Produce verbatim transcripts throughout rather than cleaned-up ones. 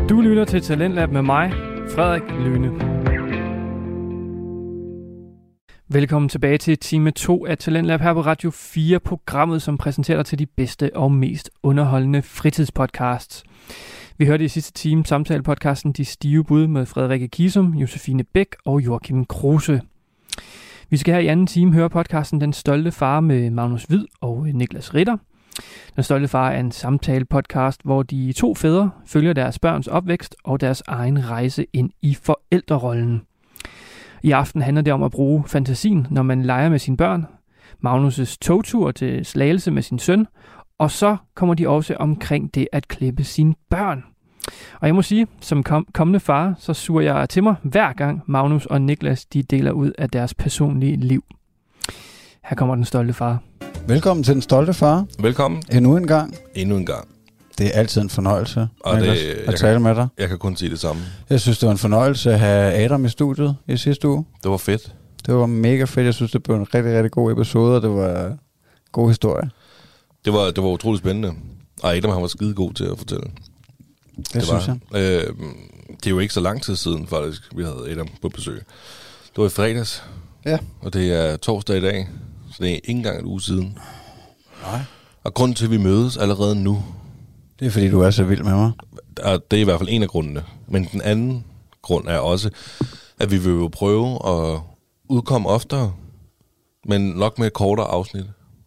Du lytter til Talentlab med mig, Frederik Lyne. Velkommen tilbage til time to af Talentlab her på Radio fire, programmet, som præsenterer dig til de bedste og mest underholdende fritidspodcasts. Vi hørte i sidste time samtalepodcasten De Stive Bud med Frederikke Kisum, Josefine Bæk og Joachim Kruse. Vi skal her i anden time høre podcasten Den Stolte Far med Magnus Hvid og Niklas Ritter. Den Stolte Far er en samtale-podcast, hvor de to fædre følger deres børns opvækst og deres egen rejse ind i forældrerollen. I aften handler det om at bruge fantasien, når man leger med sine børn, Magnus' togtur til Slagelse med sin søn, og så kommer de også omkring det at klippe sine børn. Og jeg må sige, som kom- kommende far, så suger jeg til mig hver gang Magnus og Niklas de deler ud af deres personlige liv. Her kommer Den Stolte Far. Velkommen til Den Stolte Far. Velkommen. Endnu en gang. Endnu en gang. Det er altid en fornøjelse, og Niklas, det, at tale kan, med dig. Jeg kan kun sige det samme. Jeg synes, det var en fornøjelse at have Adam i studiet i sidste uge. Det var fedt. Det var mega fedt. Jeg synes, det blev en rigtig, rigtig god episode, og det var en god historie. Det var, det var utroligt spændende. Og Adam, han var skide god til at fortælle. Det, det synes var. jeg. Øh, det er jo ikke så lang tid siden, faktisk, vi havde Adam på besøg. Det var i fredags. Ja. Og det er torsdag i dag, så det er ikke engang en uge siden. Nej. Og grunden til, at vi mødes allerede nu, det er fordi, du er så vild med mig. Og det er i hvert fald en af grundene. Men den anden grund er også, at vi vil jo prøve at udkomme oftere, men nok med et kortere afsnit.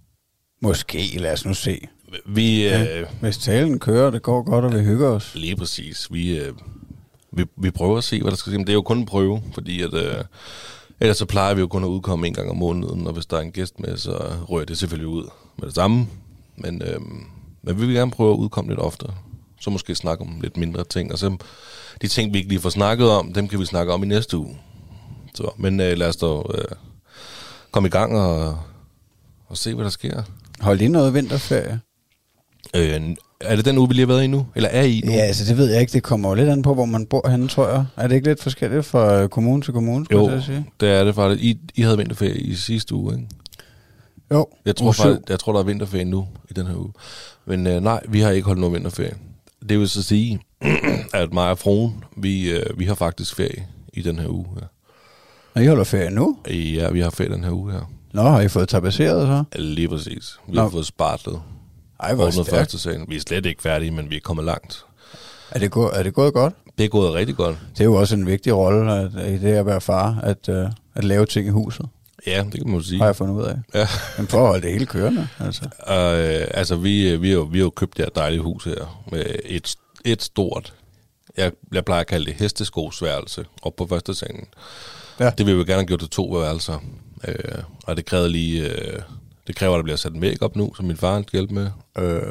Måske, lad os nu se. Vi, ja, øh, hvis talen kører, det går godt, og vi hygger os. Lige præcis. Vi, øh, vi, vi prøver at se, hvad der skal ske. Men det er jo kun en prøve, fordi at, øh, ellers så plejer vi jo kun at udkomme en gang om måneden, og hvis der er en gæst med, så rører det selvfølgelig ud med det samme. Men, øh, men vi vil gerne prøve at udkomme lidt oftere. Så måske snakke om lidt mindre ting. Og så de ting, vi ikke lige får snakket om, dem kan vi snakke om i næste uge. Så, men øh, lad os da øh, komme i gang og, og se, hvad der sker. Hold lige noget vinterferie. Øh, er det den uge, vi lige har været i nu? Eller er I nu? Ja, altså det ved jeg ikke. Det kommer jo lidt an på, hvor man bor henne, tror jeg. Er det ikke lidt forskelligt fra kommune til kommune, skulle jo, jeg sige? Det er det faktisk. I, I havde vinterferie i sidste uge, ikke? Jo. Jeg tror, faktisk, jeg tror, der er vinterferie nu i den her uge. Men øh, nej, vi har ikke holdt nogen vinterferie. Det vil så sige, at mig og fruen, vi, øh, vi har faktisk ferie i den her uge. Ja. Og I holder ferie nu? Ja, vi har ferie den her uge her. Nå, har I fået tabasseret så? Lige præcis. Vi Nå. har fået spartlet. Ej, hvor stærkt. Første sagen. Vi er slet ikke færdige, men vi er kommet langt. Er det, gå- er det gået godt? Det er gået rigtig godt. Det er jo også en vigtig rolle at, i det at være far, at, uh, at lave ting i huset. Ja, det kan man sige. Har jeg fundet ud af. Ja. Men for at holde det hele kørende, altså. Øh, altså, vi, vi, har jo, vi har jo købt det her dejlige hus her, med et, et stort, jeg, jeg plejer at kalde det hesteskosværelse, op på første sengen. Ja. Det vil vi gerne have gjort til to værelser. Øh, og det kræver lige, øh, det kræver, at der bliver sat en væg op nu, som min far skal hjælpe med. Øh,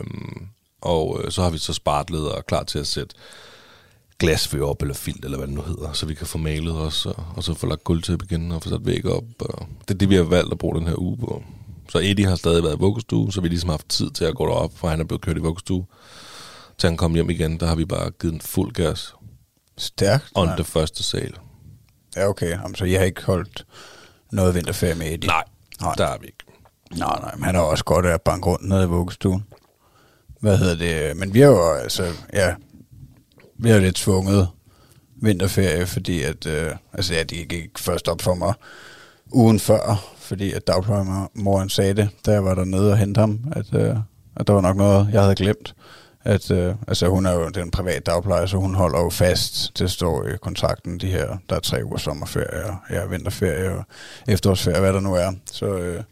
og øh, så har vi så spartlet og klar til at sætte glasvæg op, eller filt, eller hvad det nu hedder, så vi kan få malet os, og, og så få lagt gulvtæppe igen, og få sat væg op. Og det er det, vi har valgt at bruge den her uge på. Så Eddie har stadig været i vuggestue, så vi ligesom har haft tid til at gå derop, for han er blevet kørt i vuggestue. Til han kom hjem igen, der har vi bare givet en fuld gas. Stærkt. On det første sal. Ja, okay. Jamen, så jeg har ikke holdt noget vinterferie med Eddie? Nej, nej, der har vi ikke. Nej, nej, men han har også godt at banke rundt nede i vuggestuen. Hvad hedder det? Men vi har jo altså, ja, vi har jo lidt tvunget vinterferie, fordi at, øh, altså ja, de gik først op for mig ugen før, fordi at dagplejemoren sagde det, da jeg var dernede og hentede ham, at, øh, at der var nok noget, jeg havde glemt. At, øh, altså hun er jo den private dagplejer, så hun holder jo fast, det står i kontrakten, de her, der er tre uger sommerferie, og ja, vinterferie og efterårsferie, hvad der nu er. Så, øh,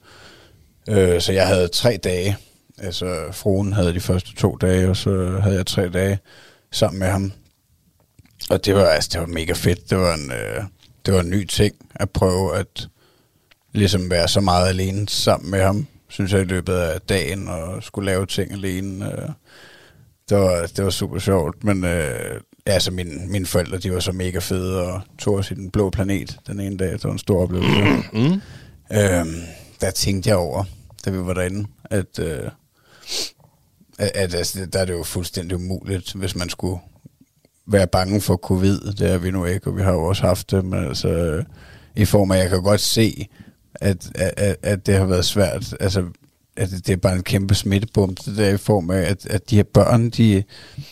øh, så jeg havde tre dage, altså fruen havde de første to dage, og så havde jeg tre dage sammen med ham. Og det var, altså, det var mega fedt, det var en, øh, det var en ny ting, at prøve at ligesom være så meget alene sammen med ham, synes jeg, i løbet af dagen, og skulle lave ting alene. Øh. Det var, det var super sjovt, men øh, altså mine, mine forældre, de var så mega fede, og tog os i den blå planet den ene dag. Det var en stor oplevelse. Mm. Øhm, der tænkte jeg over, da vi var derinde, at, øh, at, at altså, der er det jo fuldstændig umuligt, hvis man skulle være bange for covid. Det er vi nu ikke, og vi har jo også haft det, men altså i form af, jeg kan godt se, at, at, at det har været svært, altså at det er bare en kæmpe smittebombe, det der i form af, at, at de her børn, de,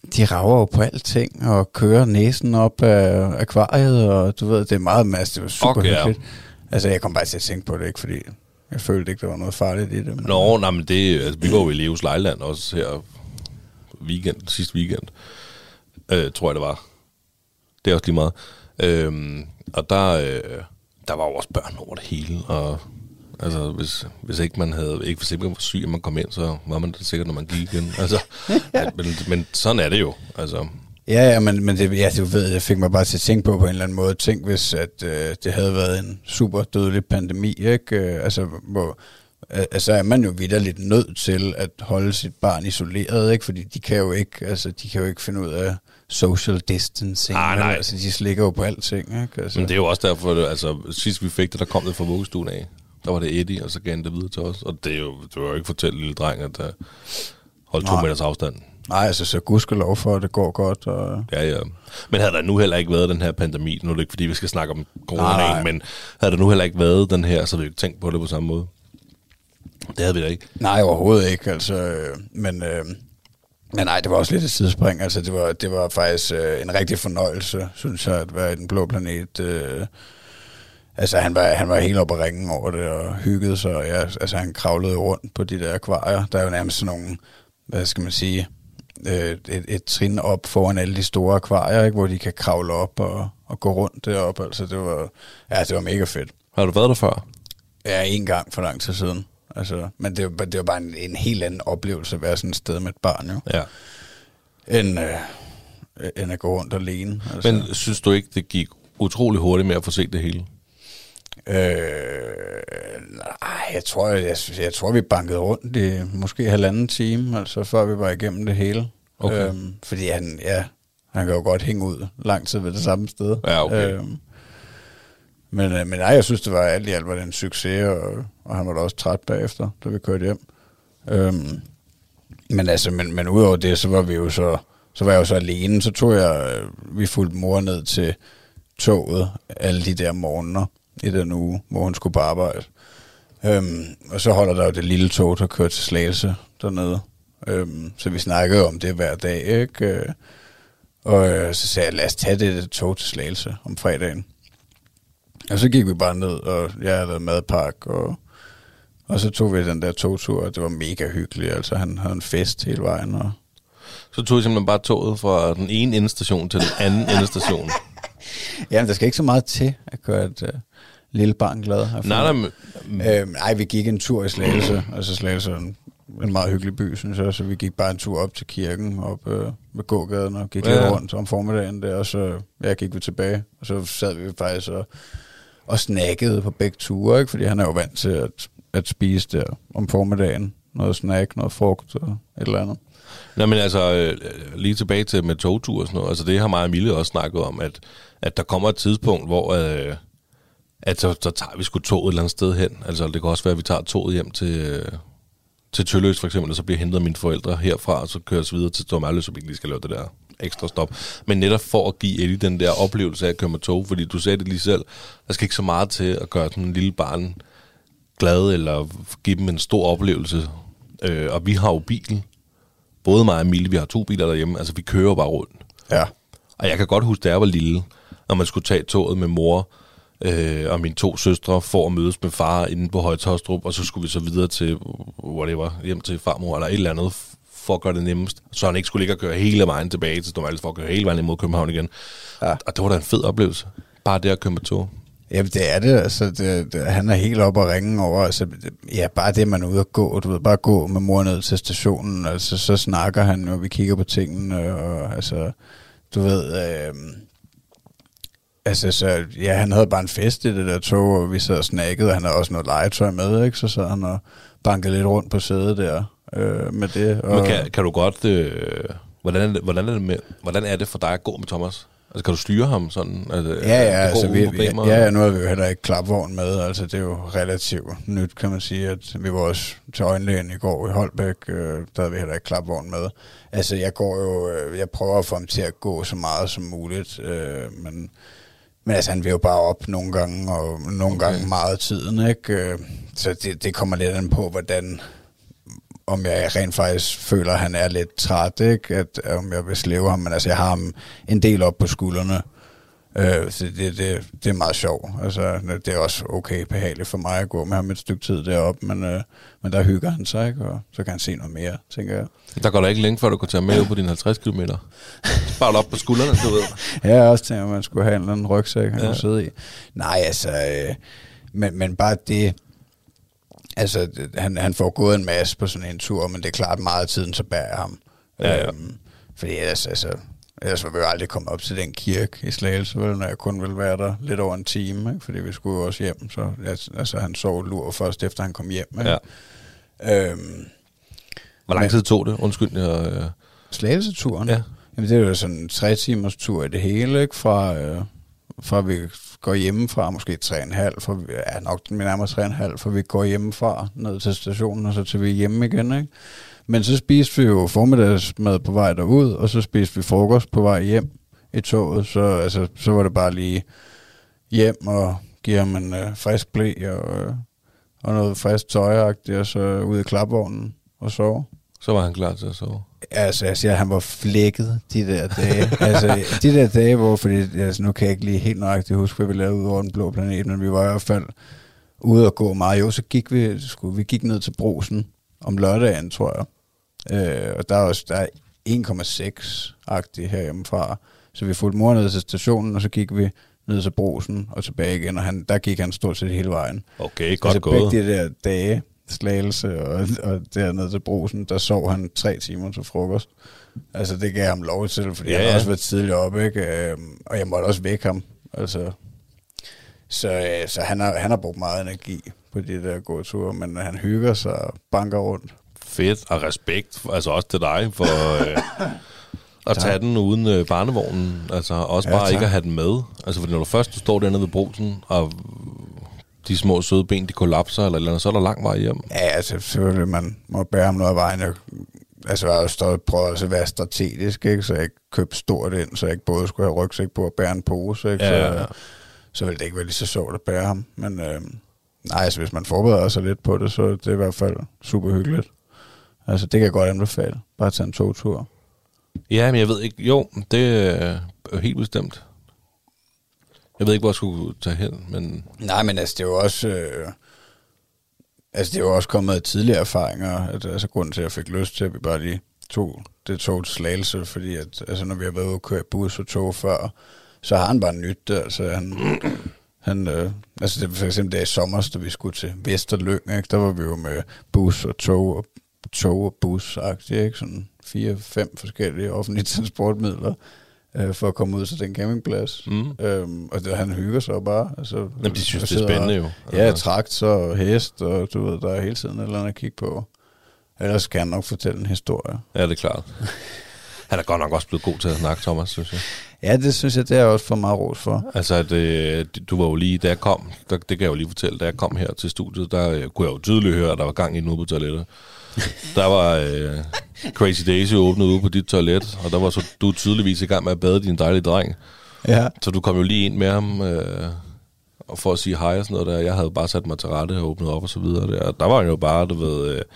de rager jo på alting, og kører næsen op af akvariet, og du ved, det er meget masse, det var super okay, hyggeligt. Ja. Altså, jeg kom bare til at tænke på det, ikke, fordi jeg følte ikke, der var noget farligt i det. Men Nå, nej, men det, altså, vi var jo i Leos Lejland også her weekend, sidste weekend, øh, tror jeg det var. Det er også lige meget. Øhm, og der, øh, der var jo også børn over det hele, og altså, hvis, hvis ikke man havde, ikke hvis ikke man var syg, og man kom ind, så var man det sikkert, når man gik igen. Altså, ja. men, men sådan er det jo, altså. Ja, ja, men, men det, ja, du ved, det fik mig bare til at tænke på på en eller anden måde. Tænk, hvis at, øh, det havde været en super dødelig pandemi, ikke? Øh, altså, hvor, altså er man jo vitterligt nødt til at holde sit barn isoleret, ikke? Fordi de kan jo ikke, altså, de kan jo ikke finde ud af social distancing. Ah, nej. Altså, de slikker jo på alting, ikke? Altså. Men det er jo også derfor, det, altså, sidst vi fik det, der kom det fra vuggestuen af. Der var det Eddie, og så gav han det videre til os. Og det er jo, det var jo ikke fortælle lille dreng, at uh, holde to meters afstand. Nej, altså så gudskelov for, at det går godt. Og ja, ja. Men havde der nu heller ikke været den her pandemi, nu er det ikke, fordi vi skal snakke om corona, men havde der nu heller ikke været den her, så havde vi ikke tænkt på det på samme måde. Det havde vi da ikke. Nej, overhovedet ikke, altså. Men, øh, men nej, det var også lidt et sidespring. Altså, det var, det var faktisk øh, en rigtig fornøjelse, synes jeg, at være i Den Blå Planet. Øh, altså, han var, han var helt oppe at ringe over det og hyggede sig. Og ja, altså, han kravlede rundt på de der akvarier. Der er jo nærmest sådan nogle, hvad skal man sige, et, et trin op foran alle de store akvarier, ikke, hvor de kan kravle op og, og gå rundt deroppe. Altså, det var, ja, det var mega fedt. Har du været der før? Ja, en gang for lang tid siden. Altså, men det var, det var bare en, en helt anden oplevelse at være sådan et sted med et barn, jo. Ja. End, øh, end at gå rundt alene. Altså. Men synes du ikke, det gik utrolig hurtigt med at få set det hele? Øh, nej, jeg tror, jeg, jeg tror, vi bankede rundt i måske halvanden time, altså før vi var igennem det hele. Okay. Øhm, fordi han, ja, han kan jo godt hænge ud lang tid ved det samme sted. Ja, okay. Øhm, men, men nej, jeg synes, det var alt i alt var det en succes, og, og han var da også træt bagefter, da vi kørte hjem. Øhm, men altså, men, men udover det, så var vi jo så, så var jeg jo så alene, så tog jeg, vi fulgte mor ned til toget alle de der morgener i den uge, hvor hun skulle på arbejde. Øhm, og så holder der jo det lille tog, der kører til Slagelse dernede. Øhm, så vi snakkede om det hver dag, ikke? Og øh, så sagde jeg, lad os tage det tog til Slagelse om fredagen. Og så gik vi bare ned, og jeg havde lavet madpakke, og, og så tog vi den der togtur, og det var mega hyggeligt. Altså, han havde en fest hele vejen. Og så tog I simpelthen bare toget fra den ene endestation til den anden endestation? Jamen, der skal ikke så meget til at gøre et uh, lille barn glad. Nej, nej, men øhm, ej, vi gik en tur i Slagelse, altså Slagelse er en, en meget hyggelig by, synes jeg, så vi gik bare en tur op til kirken, op øh, ved gågaden, og gik ja. lidt rundt om formiddagen der, og så ja, gik vi tilbage, og så sad vi faktisk og, og snakkede på begge ture, ikke? Fordi han er jo vant til at, at spise der om formiddagen, noget snack, noget frugt og et eller andet. Nej, men altså, øh, lige tilbage til med togtur og sådan noget, altså det har mig og Mille også snakket om, at, at der kommer et tidspunkt, hvor øh, at så, så tager vi sgu toget et eller andet sted hen. Altså det kan også være, at vi tager toget hjem til, øh, til Tølløs for eksempel, og så bliver hentet af mine forældre herfra, og så kører vi videre til Stormærløs, så vi ikke lige skal lave det der ekstra stop. Men netop for at give Eddie den der oplevelse af at køre med tog, fordi du sagde det lige selv, der skal ikke så meget til at gøre sådan en lille barn glad, eller give dem en stor oplevelse. Øh, og vi har jo bil. Både mig og Mille, vi har to biler derhjemme, altså vi kører bare rundt. Ja. Og jeg kan godt huske, da jeg var lille, når man skulle tage toget med mor øh, og mine to søstre for at mødes med far inde på Høje-Taastrup, og så skulle vi så videre til, whatever, hjem til farmor eller et eller andet, for at gøre det nemmest. Så han ikke skulle ligge og køre hele vejen tilbage til Stormærløs, for at køre hele vejen imod København igen. Ja. Og det var da en fed oplevelse. Bare det at køre med tog. Jamen det er det, altså det, det, han er helt oppe og ringe over, altså det, ja, bare det man er ude at gå, du ved, bare gå med mor ned til stationen, altså så snakker han, og vi kigger på tingene, og altså, du ved, øh, altså så, ja, han havde bare en fest i det der tog, og vi sad og snakkede, og han havde også noget legetøj med, ikke, så sad han og bankede lidt rundt på sædet der, øh, med det. Og men kan, kan du godt, øh, hvordan, er det, hvordan, er det med, hvordan er det for dig at gå med Thomas? Altså, kan du styre ham sådan? Altså, ja, ja, altså, vi, vi, ja, nu har vi jo heller ikke klapvogn med, altså det er jo relativt nyt, kan man sige, at vi var også til øjenlægen i går i Holbæk, øh, der havde vi heller ikke klapvogn med. Altså, jeg går jo, øh, jeg prøver at få ham til at gå så meget som muligt, øh, men, men altså, han vil jo bare op nogle gange, og nogle okay. gange meget tiden, ikke? Så det, det kommer lidt an på, hvordan, om jeg rent faktisk føler, at han er lidt træt, ikke? At, om jeg vil slæve ham, men altså, jeg har ham en del op på skuldrene. Øh, så det, det, det er meget sjovt. Altså, det er også okay behageligt for mig at gå med ham et stykke tid deroppe, men, øh, men der hygger han sig, ikke? Og så kan han se noget mere, tænker jeg. Der går da ikke længe, før du kan tage med ud på dine halvtreds kilometer. Bare op på skuldrene, du ved. Ja, jeg også tænker, at man skulle have en eller anden rygsæk, han ja. kunne sidde i. Nej, altså, øh, men, men bare det... Altså, han, han får gået en masse på sådan en tur, men det er klart meget af tiden, så bærer ham. Ja, ja. Øhm, fordi ellers, altså, ellers var vi jo aldrig kommet op til den kirke i Slagelse, vel, når jeg kun ville være der lidt over en time, ikke? Fordi vi skulle jo også hjem. Så altså, han sov lur først, efter han kom hjem. Ikke? Ja. Øhm, Hvor lang tid tog det? Undskyld. Jeg, øh... Slagelse-turen? Ja. Jamen, det er jo sådan en tre timers tur i det hele, ikke? Fra... Øh, fra vi går hjemmefra, måske tre og en halv, for vi er nok nærmere tre og en halv, for vi går hjemmefra ned til stationen, og så til vi er hjemme igen, ikke? Men så spiste vi jo formiddagsmad på vej derud, og så spiste vi frokost på vej hjem i toget, så, altså, så var det bare lige hjem og give ham en øh, frisk blæ og, øh, og noget frisk tøjagtigt, og så ud i klapvognen og sove. Så var han klar til at sove. Altså, jeg siger, at han var flækket de der dage. altså, de der dage, hvor, fordi, altså, nu kan jeg ikke lige helt nøjagtigt huske, hvad vi lavede ud over den blå planet, men vi var i hvert fald ude og gå meget. Jo, så gik vi, skulle, vi gik ned til Brugsen om lørdagen, tror jeg. Øh, og der er også, der er en komma seks-agtigt herhjemmefra. Så vi fulgte mor ned til stationen, og så gik vi ned til Brugsen og tilbage igen, og han, der gik han stort set hele vejen. Okay, godt altså, gået. Begge de der dage, Slagelse og, og dernede til Brugsen, der sov han tre timer til frokost. Altså, det gav ham lov til, fordi ja, han ja. også været tidligere op, ikke? Øhm, og jeg måtte også vække ham. Altså, så øh, så han, har, han har brugt meget energi på de der gåture, men han hygger sig og banker rundt. Fedt, og respekt, altså også til dig, for øh, at tage den uden øh, barnevognen. Altså også bare ja, ikke at have den med. Altså, fordi når du først du står dernede ved Brugsen, og de små søde ben, de kollapser, eller, eller så er der lang vej hjem. Ja, altså selvfølgelig, man må bære ham noget af vejen. Jeg, altså, jeg har jo stået prøvet at være strategisk, ikke? Så jeg ikke købte stort ind, så jeg ikke både skulle have rygsæk på og bære en pose, ikke? Ja, ja, ja. Så, så ville det ikke være lige så sjovt at bære ham. Men øh, nej, altså, hvis man forbereder sig lidt på det, så det er det i hvert fald super hyggeligt. Altså, det kan jeg godt anbefale. Bare tage en togtur. Ja, men jeg ved ikke, jo, det er helt bestemt. Jeg ved ikke, hvor jeg skulle tage hen, men... Nej, men altså, det er jo også... Øh, altså, det er jo også kommet af tidligere erfaringer. At, altså, grunden til, at jeg fik lyst til, at vi bare lige tog det tog til Slagelse, fordi at, altså, når vi har været ude og køre bus og tog før, så har han bare nyt det. Altså, han... han øh, altså, det var for eksempel der i sommer, da vi skulle til Vesterlyng, ikke? Der var vi jo med bus og tog og tog og bus-agtigt, ikke? Sådan fire, fem forskellige offentlige transportmidler for at komme ud til den campingplads. Mm. Øhm, og det, han hygger sig bare. Altså, jamen, de synes, det er spændende jo. Ja, traktor og hest, og du ved, der er hele tiden et eller andet at kigge på. Ellers kan han nok fortælle en historie. Ja, det er klart. Han er godt nok også blevet god til at snakke, Thomas, synes jeg. Ja, det synes jeg, det er også for meget ros for. Altså, at, øh, du var jo lige, da jeg kom, der, det kan jeg jo lige fortælle, da jeg kom her til studiet, der øh, kunne jeg jo tydeligt høre, at der var gang i den ude på toilettet. Der var øh, Crazy Daisy åbnet ude på dit toilet, og der var så du tydeligvis i gang med at bade din dejlige dreng. Ja. Så du kom jo lige ind med ham øh, og for at sige hej og sådan noget der. Jeg havde bare sat mig til rette og åbnet op og så videre. Der, der var jo bare, du ved, øh,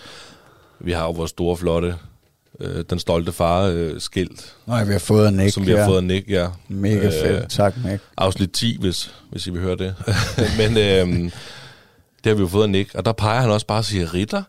vi har jo vores store, flotte, øh, den stolte far øh, skilt. Nej, vi har fået en Nick. Som vi har ja. fået en Nick, ja. Mega fedt, øh, tak Nick. Afsnit ti, hvis, hvis I vil høre det. Men øh, det har vi jo fået en Nick, og der peger han også bare og siger, Ritter,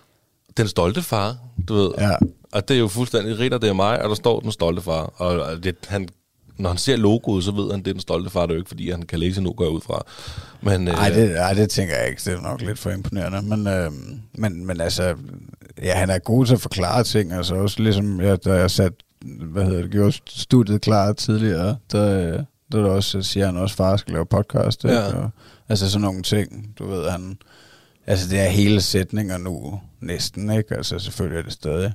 den stolte far, du ved. Ja. Og det er jo fuldstændig Ritter, det er mig, og der står den stolte far. Og det, han, når han ser logoet, så ved han, det er den stolte far. Det er jo ikke, fordi han kan læse nu, går jeg ud fra. Men, ej, øh, det, ej, det tænker jeg ikke. Det er nok lidt for imponerende. Men, øh, men, men altså, ja, han er god til at forklare ting. Altså også ligesom, ja, da jeg sat, hvad hedder det, gjorde studiet klar tidligere, der, der også siger han også, far skal lave podcast. Ikke? Ja. Og, altså sådan nogle ting, du ved, han... Altså, det er hele sætninger nu næsten, ikke? Altså, selvfølgelig er det stadig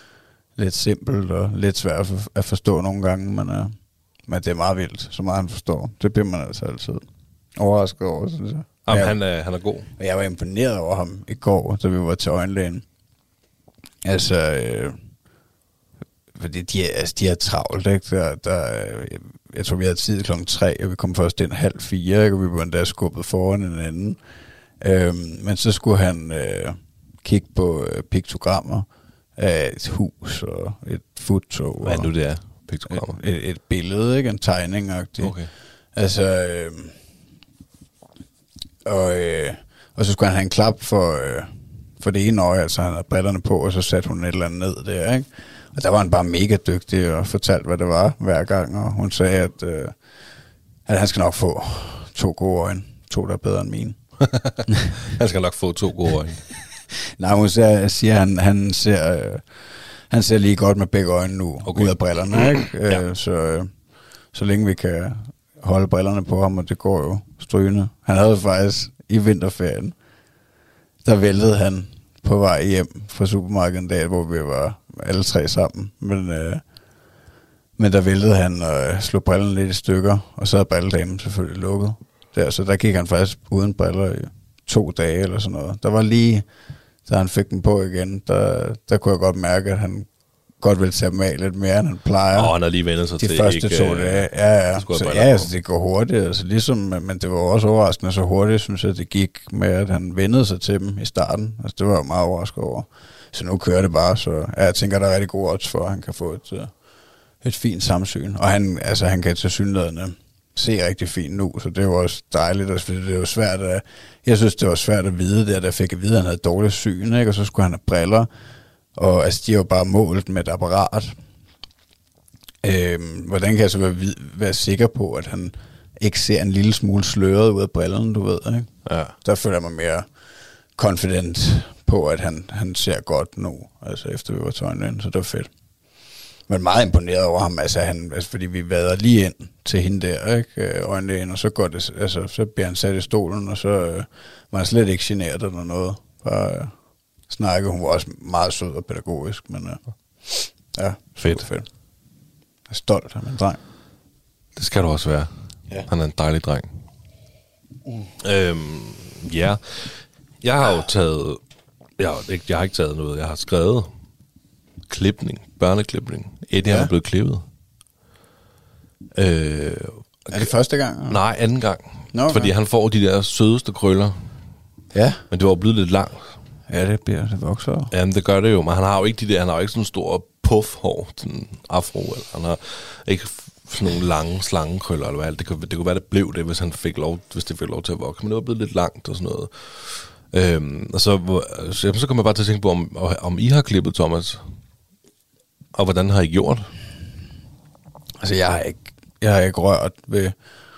lidt simpelt og lidt svært at forstå nogle gange, men, uh, men det er meget vildt, så meget han forstår. Det bliver man altså altid overrasket over, synes jeg. Jamen, jeg han, er, han er god. Og jeg var imponeret over ham i går, da vi var til øjenlægen. Altså, øh, fordi de, altså, de er travlt, ikke? Der, der, jeg tror, vi havde tid klokken tre, og vi kom først ind halv fire, ikke? Og vi var endda skubbet foran en anden. Øhm, men så skulle han øh, kigge på øh, piktogrammer af et hus og et foto. Hvad er nu det er, piktogrammer? Et, et, et billede, ikke? En tegning-agtig. Okay. Altså, øh, og, øh, og så skulle han have en klap for, øh, for det ene øje, altså han havde brillerne på, og så satte hun et eller andet ned der, ikke? Og der var han bare mega dygtig og fortalte, hvad det var hver gang, og hun sagde, at, øh, at han skal nok få to gode øjne. To, der er bedre end mine. Han skal nok få to gode øjne. Nej, hun siger, siger han, han ser øh, han ser lige godt med begge øjne nu, okay. Ud af brillerne, ikke? Ja. Øh, så, øh, så længe vi kan holde brillerne på ham, og det går jo strygende. Han havde faktisk i vinterferien, der væltede han på vej hjem fra supermarkedet en dag, hvor vi var alle tre sammen. Men, øh, men der væltede han og øh, slog brillerne lidt i stykker, og så havde brilledamen selvfølgelig lukket. Der, så der gik han faktisk uden briller i to dage eller sådan noget. Der var lige, da han fik dem på igen, der, der kunne jeg godt mærke, at han godt ville tage dem af lidt mere, end han plejer. Åh, han har lige vendt sig de til første ikke... to dage. Ja, ja. Så, ja, altså, det går hurtigt. Altså, ligesom, men det var også overraskende så hurtigt, synes jeg, det gik med, at han vendede sig til dem i starten. Altså, det var jeg meget overrasket over. Så nu kører det bare, så ja, jeg tænker, der er rigtig gode odds for, at han kan få et, et fint samsyn. Og han, altså, han kan til synligheden se rigtig fint nu, så det er jo også dejligt, altså, det er jo svært at, jeg synes, det var svært at vide det, at jeg fik at vide, at han havde dårligt syn, ikke? Og så skulle han have briller, og altså, de er jo bare målt med et apparat. Øhm, hvordan kan jeg så være, være sikker på, at han ikke ser en lille smule sløret ud af brillerne, du ved, ikke? Ja. Der føler jeg mig mere confident på, at han, han ser godt nu, altså efter vi var tøjnet ind, så det var fedt. Men meget imponeret over ham, altså, han, altså fordi vi vader lige ind til hende der, ikke, øjenlægen, og så går det, altså, så bliver han sat i stolen, og så øh, var han slet ikke generet eller noget. Bare øh, snakke, hun var også meget sød og pædagogisk, men øh, ja, fedt. fedt. Jeg er stolt af min dreng. Det skal du også være. Ja. Han er en dejlig dreng. Mm. Øhm, ja, jeg har jo taget, jeg har, ikke, jeg har ikke taget noget, jeg har skrevet klipning, børneklipning. Eddie ja. Er blevet klippet. Øh, er det første gang? Eller? Nej, anden gang. Nå, okay. Fordi han får de der sødeste krøller. Ja. Men det var blevet lidt langt. Ja, det bliver det vokser. Jamen, det gør det jo. Men han har jo ikke de der, han har jo ikke sådan en stor puffhår, sådan afro, eller han har ikke sådan nogle lange slangekrøller, eller hvad. Det kunne, det kunne være, det blev det, hvis han fik lov, hvis det fik lov til at vokse. Men det var blevet lidt langt og sådan noget. Øhm, og så, så, så kommer jeg bare til at tænke på, om, om I har klippet, Thomas. Og hvordan har I gjort? Altså, jeg har ikke, jeg har ikke rørt ved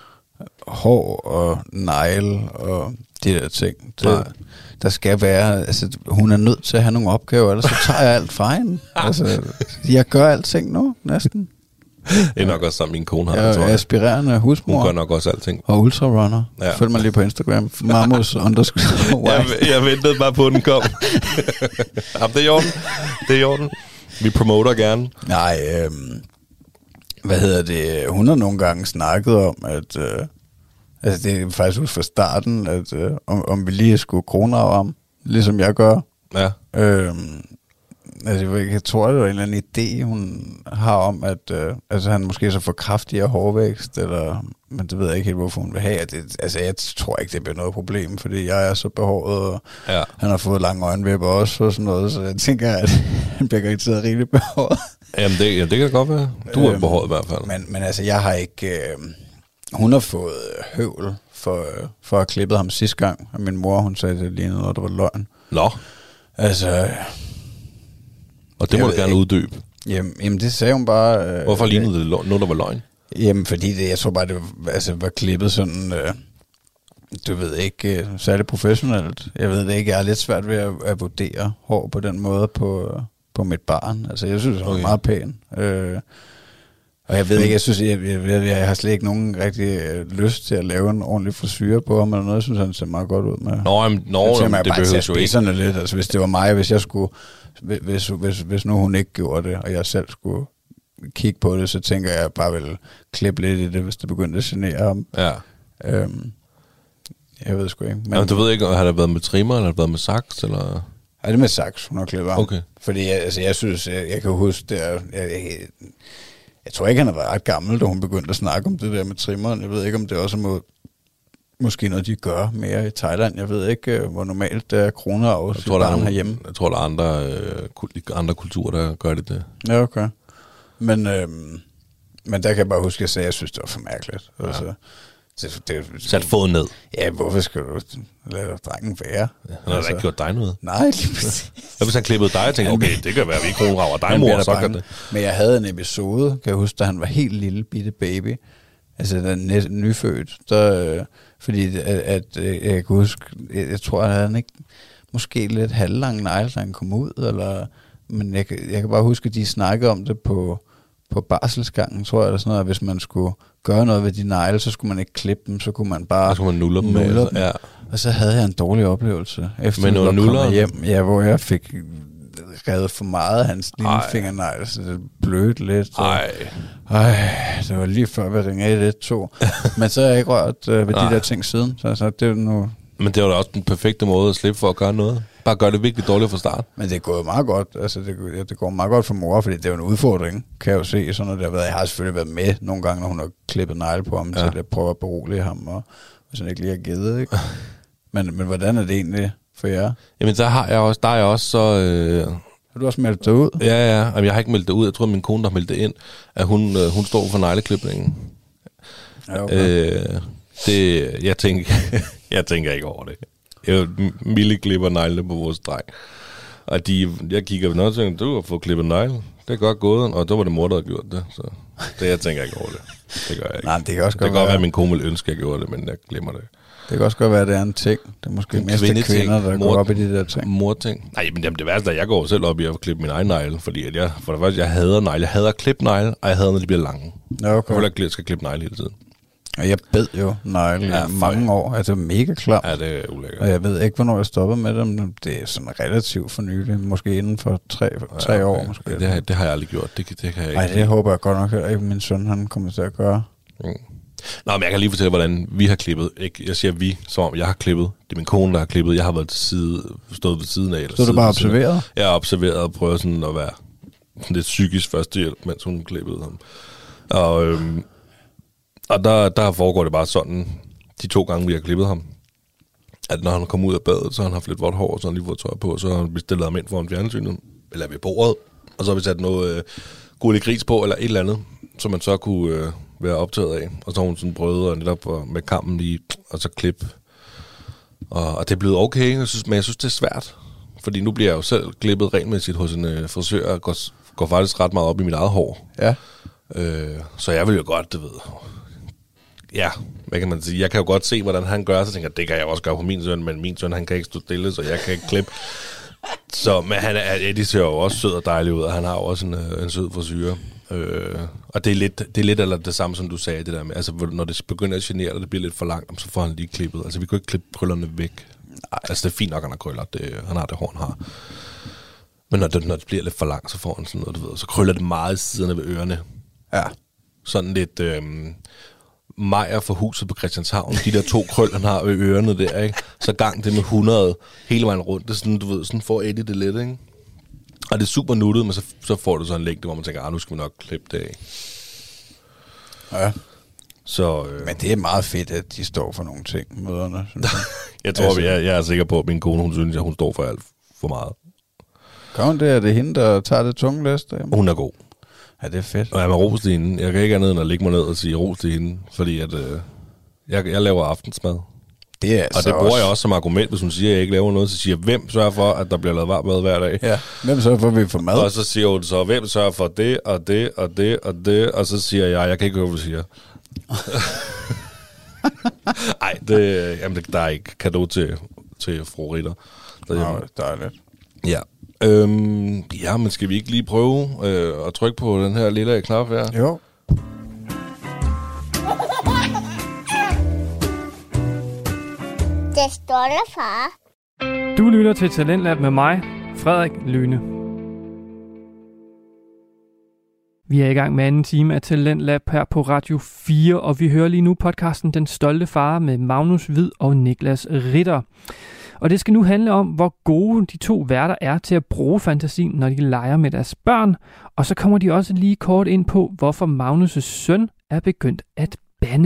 hår og negle og de der ting. Det, der skal være, altså, hun er nødt til at have nogle opgaver, ellers så tager jeg alt fra hende. Altså, jeg gør alting nu, næsten. Det er nok også sammen, min kone har. Jeg er aspirerende husmor. Hun gør nok også alting. Og ultrarunner. Ja. Følg mig lige på Instagram. Mamus underscore. jeg, jeg ventede bare på, at den kom. Jamen, det er i orden. Det er i orden. Vi promoter gerne. Nej, øhm, hvad hedder det? Hun har nogle gange snakket om, at øh, altså det er faktisk ud fra starten, at øh, om, om vi lige skulle kronrave ham, ligesom jeg gør. Ja. Øhm, altså jeg tror, det var en eller anden idé, hun har om, at øh, altså, han måske så får kraftigere hårvækst, eller, men det ved jeg ikke helt, hvorfor hun vil have. Det, altså jeg tror ikke, det bliver noget problem, fordi jeg er så behåret, og ja. Han har fået lange øjenvipper også, og sådan noget, så jeg tænker, at han bliver garanteret rigtig behåret. Jamen det, ja, det kan godt være. Du er øhm, behåret i hvert fald. Men, men altså, jeg har ikke... Øh, hun har fået høvl for, for at have klippet ham sidste gang, og min mor, hun sagde, det lignede noget, der var løgn. Nå. Altså... Og det må du gerne ikke uddybe. Jamen, jamen, det sagde hun bare... Øh, Hvorfor lignede det noget, der var løgn? Jamen, fordi det, jeg tror bare, det var, altså, var klippet sådan... Øh, du ved ikke, øh, særlig professionelt. Jeg ved det ikke, jeg er lidt svært ved at, at vurdere hår på den måde på, på mit barn. Altså, jeg synes, det var okay. Meget pæn. Øh, og jeg ved ikke, jeg synes, jeg, jeg, jeg, jeg har slet ikke nogen rigtig øh, lyst til at lave en ordentlig frisyre på ham, eller noget. Jeg synes, han ser meget godt ud med. Nå, jamen, nå jamen, det behøver jo ikke. Lidt. Altså, hvis det var mig, hvis jeg skulle... Hvis, hvis, hvis nu hun ikke gjorde det, og jeg selv skulle kigge på det, så tænker jeg, at jeg bare vil klippe lidt i det, hvis det begyndte at genere ham. Ja. Øhm, jeg ved sgu ikke. Men jamen, du ved ikke, har det været med trimmer, eller har det været med saks, eller... Ja, det er med saks, hun har klippet ham. Okay. Fordi jeg, altså, jeg synes, jeg, jeg kan huske, det er, jeg, jeg, jeg tror ikke, han har været ret gammel, da hun begyndte at snakke om det der med trimmeren. Jeg ved ikke, om det også er mod måske noget, de gør mere i Thailand. Jeg ved ikke, hvor normalt det er kronearv til barn herhjemme. Jeg tror, der er andre, øh, andre kulturer, der gør det det. Ja, okay. Men, øhm, men der kan jeg bare huske, at jeg sagde, at jeg synes, det var for mærkeligt. Ja. Altså, det, det, Sat foden ned. Ja, hvorfor skal du lade drengen være? Ja, han har altså, da ikke gjort dig noget. Nej, lige præcis. Og hvis han klippede dig, og tænkte, okay, det kan være, at vi kronrager dig, mor, så gør det. Men jeg havde en episode, kan jeg huske, da han var helt lille bitte baby. Altså, den er nyfødt. Der, øh, fordi at, at øh, jeg kan huske, jeg, jeg tror, at han ikke måske lidt halvlang negle, da han kom ud, eller, men jeg, jeg kan bare huske, at de snakkede om det på, på barselsgangen, tror jeg, eller sådan noget, at hvis man skulle gøre noget ved de negle, så skulle man ikke klippe dem, så kunne man bare så kunne man nulle dem. Nulle med, dem. Ja. Og så havde jeg en dårlig oplevelse, efter men jeg var nuller? kommet hjem, ja, hvor jeg fik revet for meget af hans lille Ej. fingernegl, så det blødte lidt. Ej. Ej, det var lige før, vi ringede et et to. Men så har jeg ikke rørt øh, ved de der ting siden, så altså, det er nu. Men det var da også den perfekte måde at slippe for at gøre noget. Bare gøre det virkelig dårligt fra start. Men det er gået meget godt. Altså, det, ja, det går meget godt for mor, fordi det er jo en udfordring, kan jeg jo se. Sådan noget, der har været. Jeg har selvfølgelig været med nogle gange, når hun har klippet negle på ham, ja. Så jeg prøver at berolige ham, og hvis han ikke lige har givet, ikke? Men, men hvordan er det egentlig for jer? Jamen, der har jeg også, der er jeg også så... Øh... Har du også meldt det ud? Ja, ja. Jamen, jeg har ikke meldt det ud. Jeg tror, min kone, der har meldt det ind, at hun, øh, hun står for negleklipningen. Ja, okay. øh, det, jeg, tænker, jeg tænker ikke over det. Jeg Mille klipper neglene på vores dreng. Og de, jeg kigger på noget og tænker, du har fået klippet negle. Det er godt gået, og så var det mor, der havde gjort det. Så det, jeg tænker ikke over det. Det gør jeg ikke. Nej, det kan også det godt kan være, godt være, at min kone ville ønske, at jeg gjorde det, men jeg glemmer det. Det kan også godt være, at det er en ting. Det er måske mest kvinder, der mor, går op i de der ting. Mor-ting. Nej, men det værste er, at jeg går selv op i at klippe min egen negle, fordi at jeg, for det første, jeg hader negle. Jeg hader at klippe negle, og jeg hader, når de bliver lange. Ja, okay. Jeg vil skal klippe negle hele tiden. Og jeg bed jo negle ja, mange år. Altså mega klar. Ja, det er ulækkert. Og jeg ved ikke, hvornår jeg stoppede med dem. Det er sådan relativt for nylig. Måske inden for tre, tre ja, okay. år. Måske. Ja, det, har, det har jeg aldrig gjort. Det, det kan jeg Ej, ikke. det håber jeg godt nok, at min søn han kommer til at gøre. Mm. Nå, men jeg kan lige fortælle, hvordan vi har klippet. Ikke? Jeg siger vi, som om jeg har klippet. Det er min kone, der har klippet. Jeg har været til side, stået ved siden af. Eller så du bare observeret? Jeg har observeret og prøvet sådan at være lidt psykisk førstehjælp, mens hun klippede ham. Og, øhm, og der, der foregår det bare sådan, de to gange, vi har klippet ham, at når han kommer ud af badet, så har han haft lidt vådt hår, og så har han lige fået tøj på, og så har han stillet ham ind foran fjernsynet, eller ved bordet, og så har vi sat noget øh, gullig gris på, eller et eller andet, som man så kunne øh, være optaget af. Og så har hun sådan prøvet og netop med kammen lige, og så klip. Og, og det er blevet okay, jeg synes, men jeg synes, det er svært. Fordi nu bliver jeg jo selv klippet regelmæssigt hos en øh, frisør, og går, går faktisk ret meget op i mit eget hår. Ja. Øh, så jeg vil jo godt, du ved... Ja, hvad kan man sige? Jeg kan jo godt se, hvordan han gør, så tænker jeg, det kan jeg også gøre på min søn, men min søn, han kan ikke stå stille, så jeg kan ikke klippe. Så, men han er, Eddie ser jo også sød og dejlig ud, og han har jo også en, en sød frisyre. Øh, og det er lidt, det er lidt eller det samme, som du sagde, det der med, altså når det begynder at genere, og det bliver lidt for langt, så får han lige klippet. Altså vi kan ikke klippe krøllerne væk. Nej, altså det er fint nok, han har krøller, det, han har det hår, han har. Men når det, når det bliver lidt for langt, så får han sådan noget, du ved, så krøller det meget i siderne ved ørerne. Ja. Sådan lidt... Øh, Majer for huset på Christianshavn, de der to krøl, han har ved ørerne der, ikke? Så gang det med hundrede hele vejen rundt. Det er sådan, du ved, sådan får Eddie det lidt, ikke? Og det er super nuttet, men så, så får du så en længde, hvor man tænker, ah, nu skal vi nok klippe det af. Ja. Så, øh... Men det er meget fedt, at de står for nogle ting, møderne. Synes jeg. jeg tror, altså... jeg, jeg er sikker på, at min kone, hun synes, at hun står for alt for meget. Kan hun det? Er det hende, der tager det tunge læst? Hun er god. Ja, det er fedt. Og jeg må rose til hende. Jeg kan ikke andet end at lægge mig ned og sige ros til hende, fordi at, øh, jeg, jeg laver aftensmad. Det er altså og det bruger også... jeg også som argument, hvis hun siger, at jeg ikke laver noget, så siger jeg, hvem sørger for, at der bliver lavet varm mad hver dag? Ja, hvem sørger for, at vi får mad? Og så siger hun så, hvem sørger for det, og det, og det, og det, og så siger jeg, jeg kan ikke høre, hvad du siger. Ej, det, jamen, der er ikke kado til, til fru Ritter. Nå, dejligt. Ja. Øhm, ja, men skal vi ikke lige prøve øh, at trykke på den her lille knap her? Jo. Det står der, far. Du lytter til Talentlab med mig, Frederik Lyne. Vi er i gang med anden time af Talentlab her på Radio fire, og vi hører lige nu podcasten Den Stolte Far med Magnus Hvid og Niklas Ritter. Og det skal nu handle om, hvor gode de to værter er til at bruge fantasien, når de leger med deres børn. Og så kommer de også lige kort ind på, hvorfor Magnus' søn er begyndt at bande.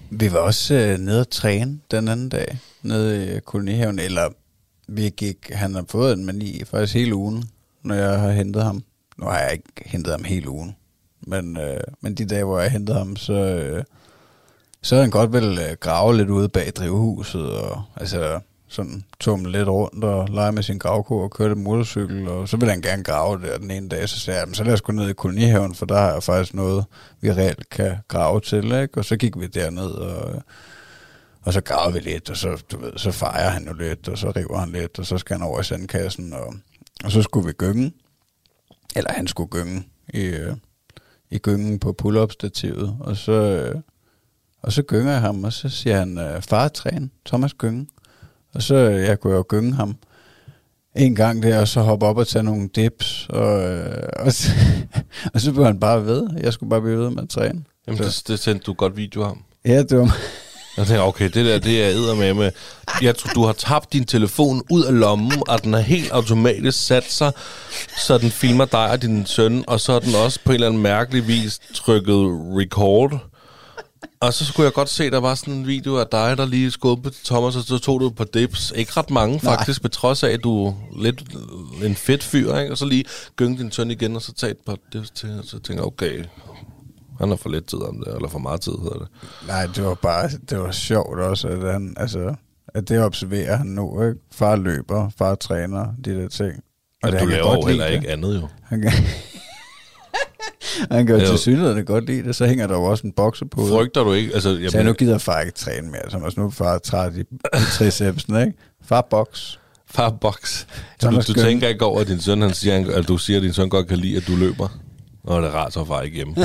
Vi var også øh, nede at træne den anden dag, nede i kolonihaven, eller vi gik, han har fået en mani faktisk hele ugen, når jeg har hentet ham. Nu har jeg ikke hentet ham hele ugen, men, øh, men de dage, hvor jeg hentede ham, så, øh, så havde han godt vel øh, grave lidt ude bag drivhuset, og altså sådan tumle lidt rundt og lege med sin gravko og køre motorcykel, og så ville han gerne grave der den ene dag, så sagde jeg, så lad os gå ned i kolonihaven, for der har jeg faktisk noget, vi reelt kan grave til, ikke? Og så gik vi derned, og, og så gravede vi lidt, og så, du ved, så fejrer han jo lidt, og så river han lidt, og så skal han over i sandkassen, og, og så skulle vi gynge, eller han skulle gynge i, i gyngen på pull-up-stativet, og så, og så gynger jeg ham, og så siger han, far træn, Thomas gynge. Og så jeg kunne jo gynge ham en gang der, og så hoppe op og tage nogle dips, og, og, så, og så blev han bare ved. Jeg skulle bare blive ved med at træne. Jamen, det, det sendte du godt video af ham. Ja, det var... Jeg tænker, okay, det der, det er eddermame. Jeg tror, du har tabt din telefon ud af lommen, og den har helt automatisk sat sig, så den filmer dig og din søn, og så er den også på en eller anden mærkelig vis trykket record. Og så skulle jeg godt se, der var sådan en video af dig, der lige skubbede Thomas, og så tog du på dips. Ikke ret mange faktisk, på trods af, at du er lidt en fedt fyr, ikke? Og så lige gynge din søn igen, og så tage et par dips til, og så tænker jeg, okay, han har for lidt tid om det, eller for meget tid hedder det. Nej, det var bare, det var sjovt også, at han, altså, at det observerer han nu, ikke? Far løber, far træner, de der ting. Og det, du laver jo heller det. ikke andet jo. Han kan... Han gør til synligheden godt lide det, så hænger der jo også en bokser på. Frygter du ikke? Altså, jeg så jeg nu gider far ikke træne mere, som også nu far tager de, de tricepsen, ikke? Far boks. Far boks. Du, du tænker ikke over, at din søn, han siger, at du siger, at din søn godt kan lide, at du løber. Nå, det er rart, så far ikke hjemme.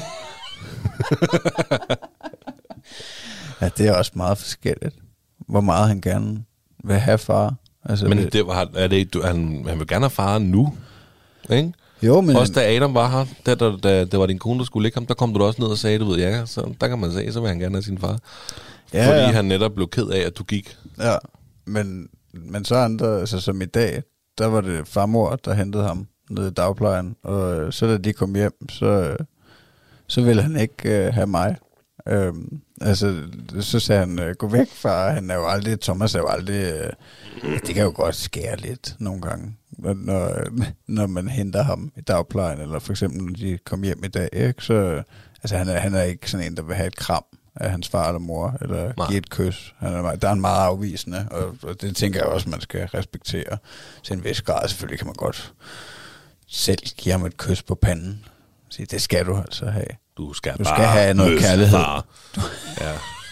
Ja, det er også meget forskelligt. Hvor meget han gerne vil have far. Altså, men det var, er det ikke, du, han, han vil gerne have far nu, ikke? Jo, men... Også da Adam var her, da, da, da, da var din kone, der skulle ligge ham, der kom du da også ned og sagde, du ved, ja, så der kan man sige, så vil han gerne have sin far. Ja, fordi ja. Han netop blev ked af, at du gik. Ja, men, men så andre, altså som i dag, der var det farmor, der hentede ham nede i dagplejen, og så da de kom hjem, så, så ville han ikke uh, have mig. Øhm, altså, så sagde han, uh, gå væk far, han er jo aldrig, Thomas er jo aldrig, uh, det kan jo godt skære lidt nogle gange. Når, når man henter ham i dagplejen, eller for eksempel når de kommer hjem i dag, ikke? Så altså, han, er, han er ikke sådan en, der vil have et kram af hans far eller mor, eller Nej. give et kys. Han er, der er en meget afvisende, og, og det tænker jeg også, man skal respektere til en vis grad. Selvfølgelig kan man godt selv give ham et kys på panden. Så det skal du altså have. Du skal, du bare skal have noget kærlighed. Ja.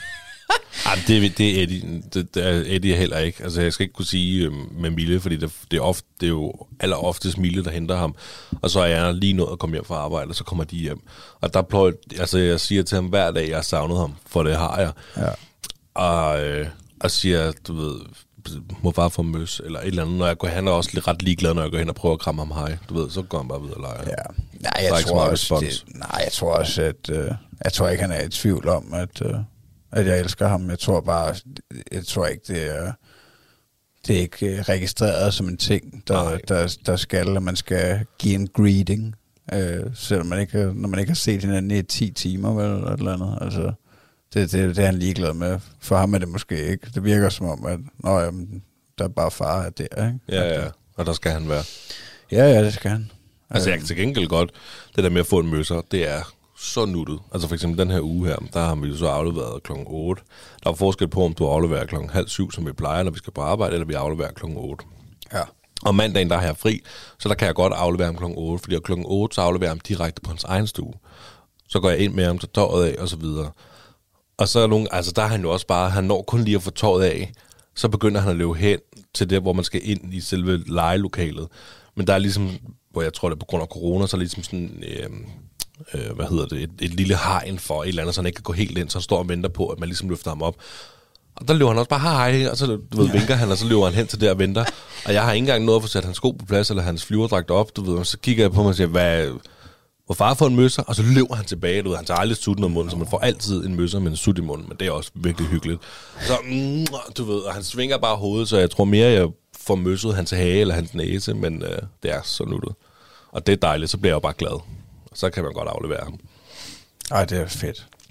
Ej, det, det, er Eddie, det, det er Eddie heller ikke. Altså, jeg skal ikke kunne sige øhm, med Mille, fordi det, det, er ofte, det er jo aller oftest Mille, der henter ham. Og så er jeg lige nået at komme hjem fra arbejde, og så kommer de hjem. Og der pløjer, altså, jeg siger til ham hver dag, jeg har savnet ham, for det har jeg. Ja. Og, øh, og siger, du ved, må bare få møs, eller et eller andet. Når jeg går, han er også ret ligeglad, når jeg går hen og prøver at kramme ham hej. Du ved, så går han bare videre og leger. Ja. Nej, jeg tror også, det, nej, jeg tror også, at øh, jeg tror ikke, han er i tvivl om, at... Øh, at jeg elsker ham. Jeg tror bare, jeg tror ikke, det er, det er ikke registreret som en ting, der, der, der skal, at man skal give en greeting, øh, selvom man ikke, når man ikke har set hinanden i ti timer, vel, eller et eller andet. Altså, det, det, det er han ligeglad med. For ham er det måske ikke. Det virker som om, at nå, jamen, der er bare far der, ikke? Ja, ja, og der skal han være. Ja, ja, det skal han. Altså, jeg kan til gengæld godt, det der med at få en møsser, det er så nuttet. Altså for eksempel den her uge her, der har vi jo så afleveret klokken otte. Der er forskel på, om du afleverer klokken halv syv, som vi plejer, når vi skal på arbejde, eller vi afleverer klokken otte. Ja. Og mandagen, der har jeg fri, så der kan jeg godt aflevere ham klokken otte, fordi klokken otte, så afleverer jeg ham direkte på hans egen stue. Så går jeg ind med ham, så tøjet af, og så videre. Og så er nogle, altså der har han jo også bare, han når kun lige at få tøjet af, så begynder han at løbe hen til det, hvor man skal ind i selve legelokalet. Men der er ligesom, hvor jeg tror, det er på grund af corona, så er ligesom sådan... Øh, Øh, hvad hedder det, et, et lille hegn for et eller andet, så han ikke kan gå helt ind, så han står og venter på, at man ligesom løfter ham op. Og der løber han også bare, hej, og så du ved, vinker han, og så løber han hen til det og venter. Og jeg har ikke engang nået at få sat hans sko på plads, eller hans flyverdragt op, du ved, og så kigger jeg på mig og siger, hvad, hvor far får en møsser, og så løber han tilbage, du ved, han tager aldrig sutten om munden, så man får altid en møsser med en sut i munden, men det er også virkelig hyggeligt. Så, mm, du ved, og han svinger bare hovedet, så jeg tror mere, jeg får møsset hans hage eller hans næse, men øh, det er så nuttet. Og det er dejligt, så bliver jeg jo bare glad. Så kan man godt aflevere ham. Ej, det er fedt.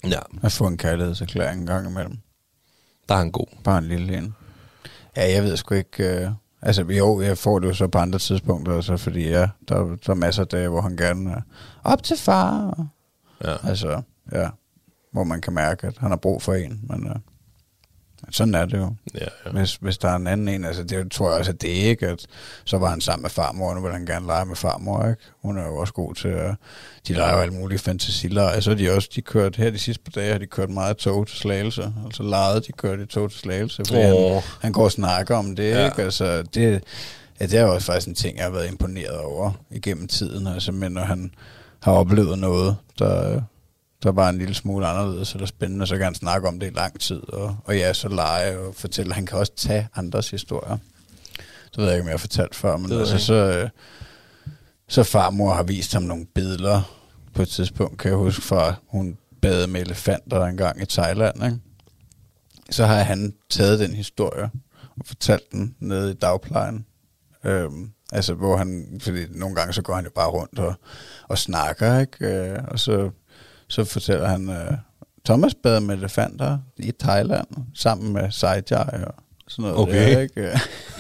Ja. At få en kærlighedserklæring en gang imellem. Der er han god. Bare en lille en. Ja, jeg ved sgu ikke... Øh, altså, jo, jeg får det jo så på andre tidspunkter, så fordi ja, der, der er masser af dage, hvor han gerne er op til far. Ja. Altså, ja. Hvor man kan mærke, at han har brug for en. Men øh, sådan er det jo. Ja, ja. Hvis, hvis der er en anden en, altså det tror jeg også, at det ikke, at så var han sammen med farmor, og nu vil han gerne lege med farmor, ikke? Hun er jo også god til at... De leger jo alle mulige fantasilleje. Så er de også, de kørt her de sidste par dage, har de kørt meget tog til Slagelse. Altså lejet, de kørte i tog til Slagelse, fordi oh. han, han går og snakker om det, ja. Ikke? Altså det, ja, det er jo også faktisk en ting, jeg har været imponeret over igennem tiden, altså, men når han har oplevet noget, der... der var en lille smule anderledes, eller spændende, så kan han snakke om det i lang tid, og, og ja, så lege og fortælle. Han kan også tage andres historier. Det ved jeg ikke, om jeg har fortalt før, men altså, så, så farmor har vist ham nogle billeder på et tidspunkt, kan jeg huske, fra hun badede med elefanter en gang i Thailand, ikke? Så har han taget den historie og fortalt den nede i dagplejen. Øhm, altså, hvor han, fordi nogle gange så går han jo bare rundt og, og snakker, ikke? Øh, og så Så fortæller han, uh, Thomas bad med elefanter i Thailand, sammen med Saijai og sådan noget. Okay. Der, ikke?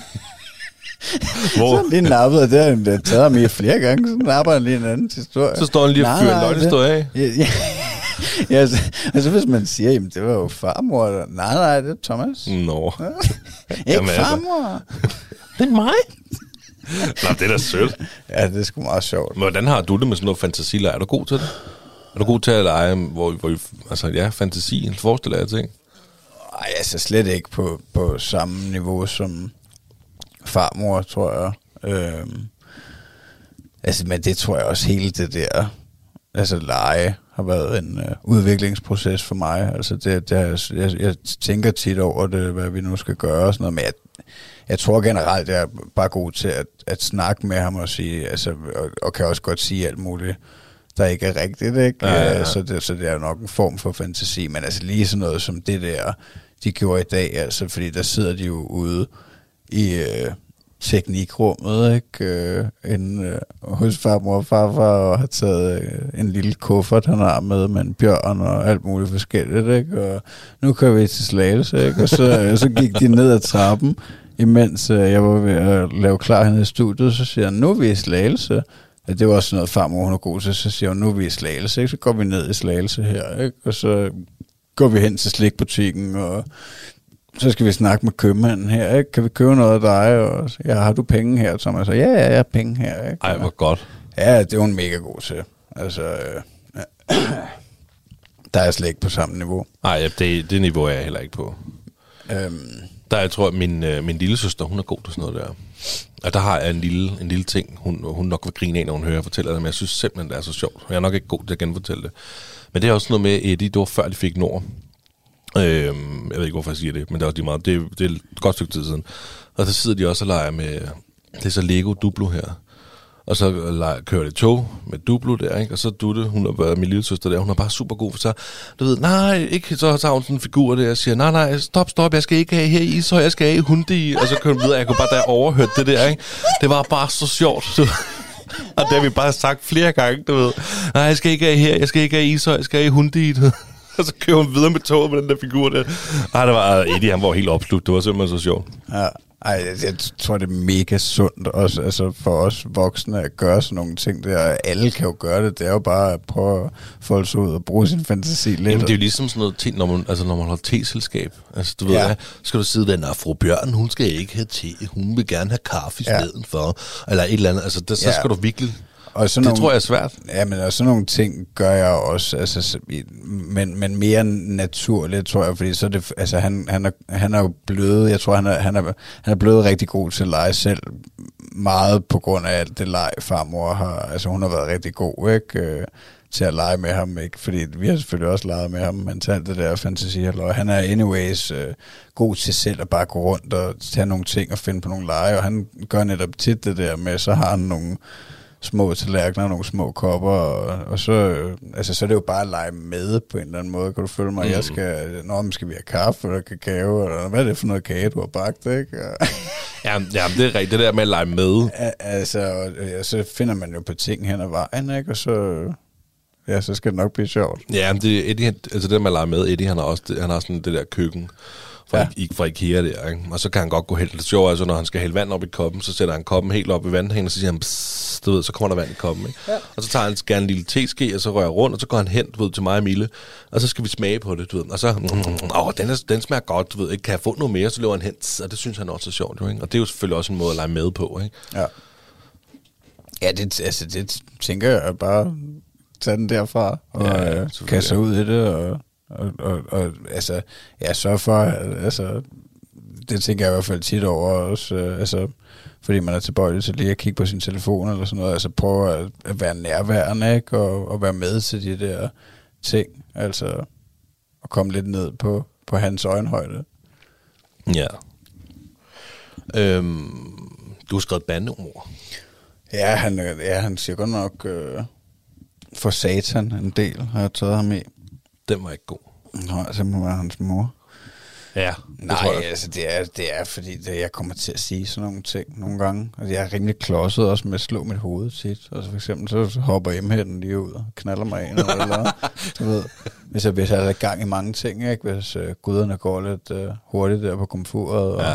Hvor? Så lige nappet, og det har han taget ham i flere gange, så napper han lige en anden historie. Så står han lige og fyrer en løgnhistorie af. Ja, ja. Ja, altså, altså hvis man siger, jamen det var jo farmor, der, nej, nej, det er Thomas. Nå. Ja. Ikke jamen, farmor. Altså. Det er mig. Nå, det er da sødt. Ja, det er sgu meget sjovt. Men hvordan har du det med sådan noget fantasilejr? Er du god til det? Er du god til at lege, hvor, hvor altså ja, fantasien forestiller jeg ting? Nej, altså slet ikke på, på samme niveau som farmor, tror jeg. Øhm, altså, men det tror jeg også hele det der, altså lege har været en uh, udviklingsproces for mig. Altså det, det jeg, jeg tænker tit over det, hvad vi nu skal gøre og sådan noget, men jeg, jeg tror generelt, jeg er bare god til at, at snakke med ham og sige, altså, og, og kan også godt sige alt muligt, der ikke er rigtigt, ikke? Ja, ja, ja. Så, det, så det er nok en form for fantasi, men altså lige sådan noget som det der, de gjorde i dag, altså, fordi der sidder de jo ude i øh, teknikrummet, ikke? Øh, inde, øh, hos farmor og farfar, og har taget øh, en lille kuffert, han har med, med en bjørn og alt muligt forskelligt, ikke? Og nu kører vi til Slagelse, ikke? Og så, øh, så gik de ned ad trappen, imens øh, jeg var ved at lave klar hende i studiet, så siger han, nu er vi i Slagelse. Ja, det var også noget, farmor hun er god til, så siger hun, nu er vi i Slagelse, ikke? Så går vi ned i Slagelse her, ikke? Og så går vi hen til slikbutikken, og så skal vi snakke med købmanden her, ikke? Kan vi købe noget af dig? Og ja, har du penge her, Thomas? Så ja, ja, jeg har penge her, ikke? Ej, hvor godt. Ja, det er hun mega god til. Altså, øh, der er slet ikke på samme niveau. Nej, ja, det, det niveau er jeg heller ikke på. Øhm. Der jeg tror, at min, øh, min lille søster, hun er god til sådan noget der. Og der har jeg en lille, en lille ting, hun, hun nok vil grine af, når hun hører og fortæller det, men jeg synes simpelthen, det er så sjovt. Jeg er nok ikke god til at genfortælle det. Men det er også noget med Eddie, det var før de fik Nord. Øhm, jeg ved ikke, hvorfor jeg siger det, men det er også de meget. Det, det er et godt stykke tid siden. Og så sidder de også og leger med, det er så Lego Duplo her. Og så leger, kører det tog med Duplo der, ikke? Og så Dutte, hun har været min lille søster der, hun er bare super god for sig. Du ved, nej, ikke, så tager hun sådan en figur der, og siger, nej, nej, stop, stop, jeg skal ikke have her i Ishøj, jeg skal have i Hundi. Og så kører hun videre, jeg kunne bare da overhørt det der, ikke? Det var bare så sjovt, du. Og det har vi bare sagt flere gange, du ved. Nej, jeg skal ikke have her, jeg skal ikke have i Ishøj, jeg skal have i Hundi, du. Og så kører hun videre med toget med den der figur der. Ej, det var Eddie, han var helt opslugt, det var simpelthen så sjovt. Ja. Ej, jeg tror, det er mega sundt også, altså for os voksne at gøre sådan nogle ting der. Alle kan jo gøre det. Det er jo bare at prøve at folde sig ud og bruge sin fantasi lidt. Jamen, det er jo ligesom sådan noget te, når man, altså, når man holder teselskab. Altså, du ved, ja. Skal du sidde der, fru Bjørn, hun skal ikke have te. Hun vil gerne have kaffe i stedet ja. for. Eller et eller andet. Altså, der, så ja. skal du virkelig... Og det nogle, tror jeg er svært. Ja, men og sådan nogle ting gør jeg også, altså, men, men mere naturligt, tror jeg, fordi så er det, altså, han, han, er, han er jo blevet, jeg tror, han er, han, er, han er blevet rigtig god til at lege selv, meget på grund af alt det leg, farmor har, altså hun har været rigtig god, ikke, øh, til at lege med ham, ikke, fordi vi har selvfølgelig også leget med ham, men til alt det der fantasi, og han er anyways øh, god til selv at bare gå rundt og tage nogle ting og finde på nogle lege, og han gør netop tit det der med, så har han nogle små tallerkener, nogle små kopper, og, og så, øh, altså, så er det jo bare at lege med på en eller anden måde. Kan du følge mig? Mm. Jeg skal, nå, skal vi have kaffe eller kakao, eller hvad er det for noget kage, du har bagt, ikke? ja, ja, det er rigtigt, det der med at lege med. Altså, og, ja, så finder man jo på ting hen ad vejen, ikke? Og så, ja, så skal det nok blive sjovt. Ja, men det Eddie, altså det, man leger med, Eddie, han har også det, han har sådan det der køkken fra, ja. I, fra IKEA der, ikke? Og så kan han godt gå helt. Det sjovt, altså når han skal hælde vand op i koppen, så sætter han koppen helt op i vandhænden, og så siger han, psst, du ved, så kommer der vand i koppen, ikke? Ja. Og så tager han gerne en lille teske, og så rører rundt, og så går han hen, du ved, til mig og Mille, og så skal vi smage på det, du ved. Og så, mm, åh, den, er, den smager godt, du ved, ikke? Kan jeg få noget mere? Så løber han hen, og det synes han også er sjovt, jo, ikke? Og det er jo selvfølgelig også en måde at lege med på, ikke? Ja. Ja, det, altså, det tænker jeg bare tage den derfra, og ja, øh, kaste ud i det, og, og, og, og altså, ja, sørge for, altså, det tænker jeg i hvert fald tit over også, øh, altså, fordi man er tilbøjelig til lige at kigge på sin telefon eller sådan noget, altså prøve at, at være nærværende, ikke, og, og være med til de der ting, altså, at komme lidt ned på, på hans øjenhøjde. Ja. Øhm, du har skrevet bandeord. Ja, han, ja, han siger godt nok øh, for satan en del, har jeg taget ham i. Den var ikke god. Nej, så må være hans mor. Ja, det Nej, tror jeg. altså det er, det er fordi, det, jeg kommer til at sige sådan nogle ting nogle gange. Og jeg er rimelig klodset også med at slå mit hoved tit. Altså for eksempel, så hopper hjemhænden lige ud og knaller mig ind. Eller eller du ved, hvis jeg, hvis jeg er i gang i mange ting, ikke? Hvis øh, guderne går lidt øh, hurtigt der på komfuret. Og, ja.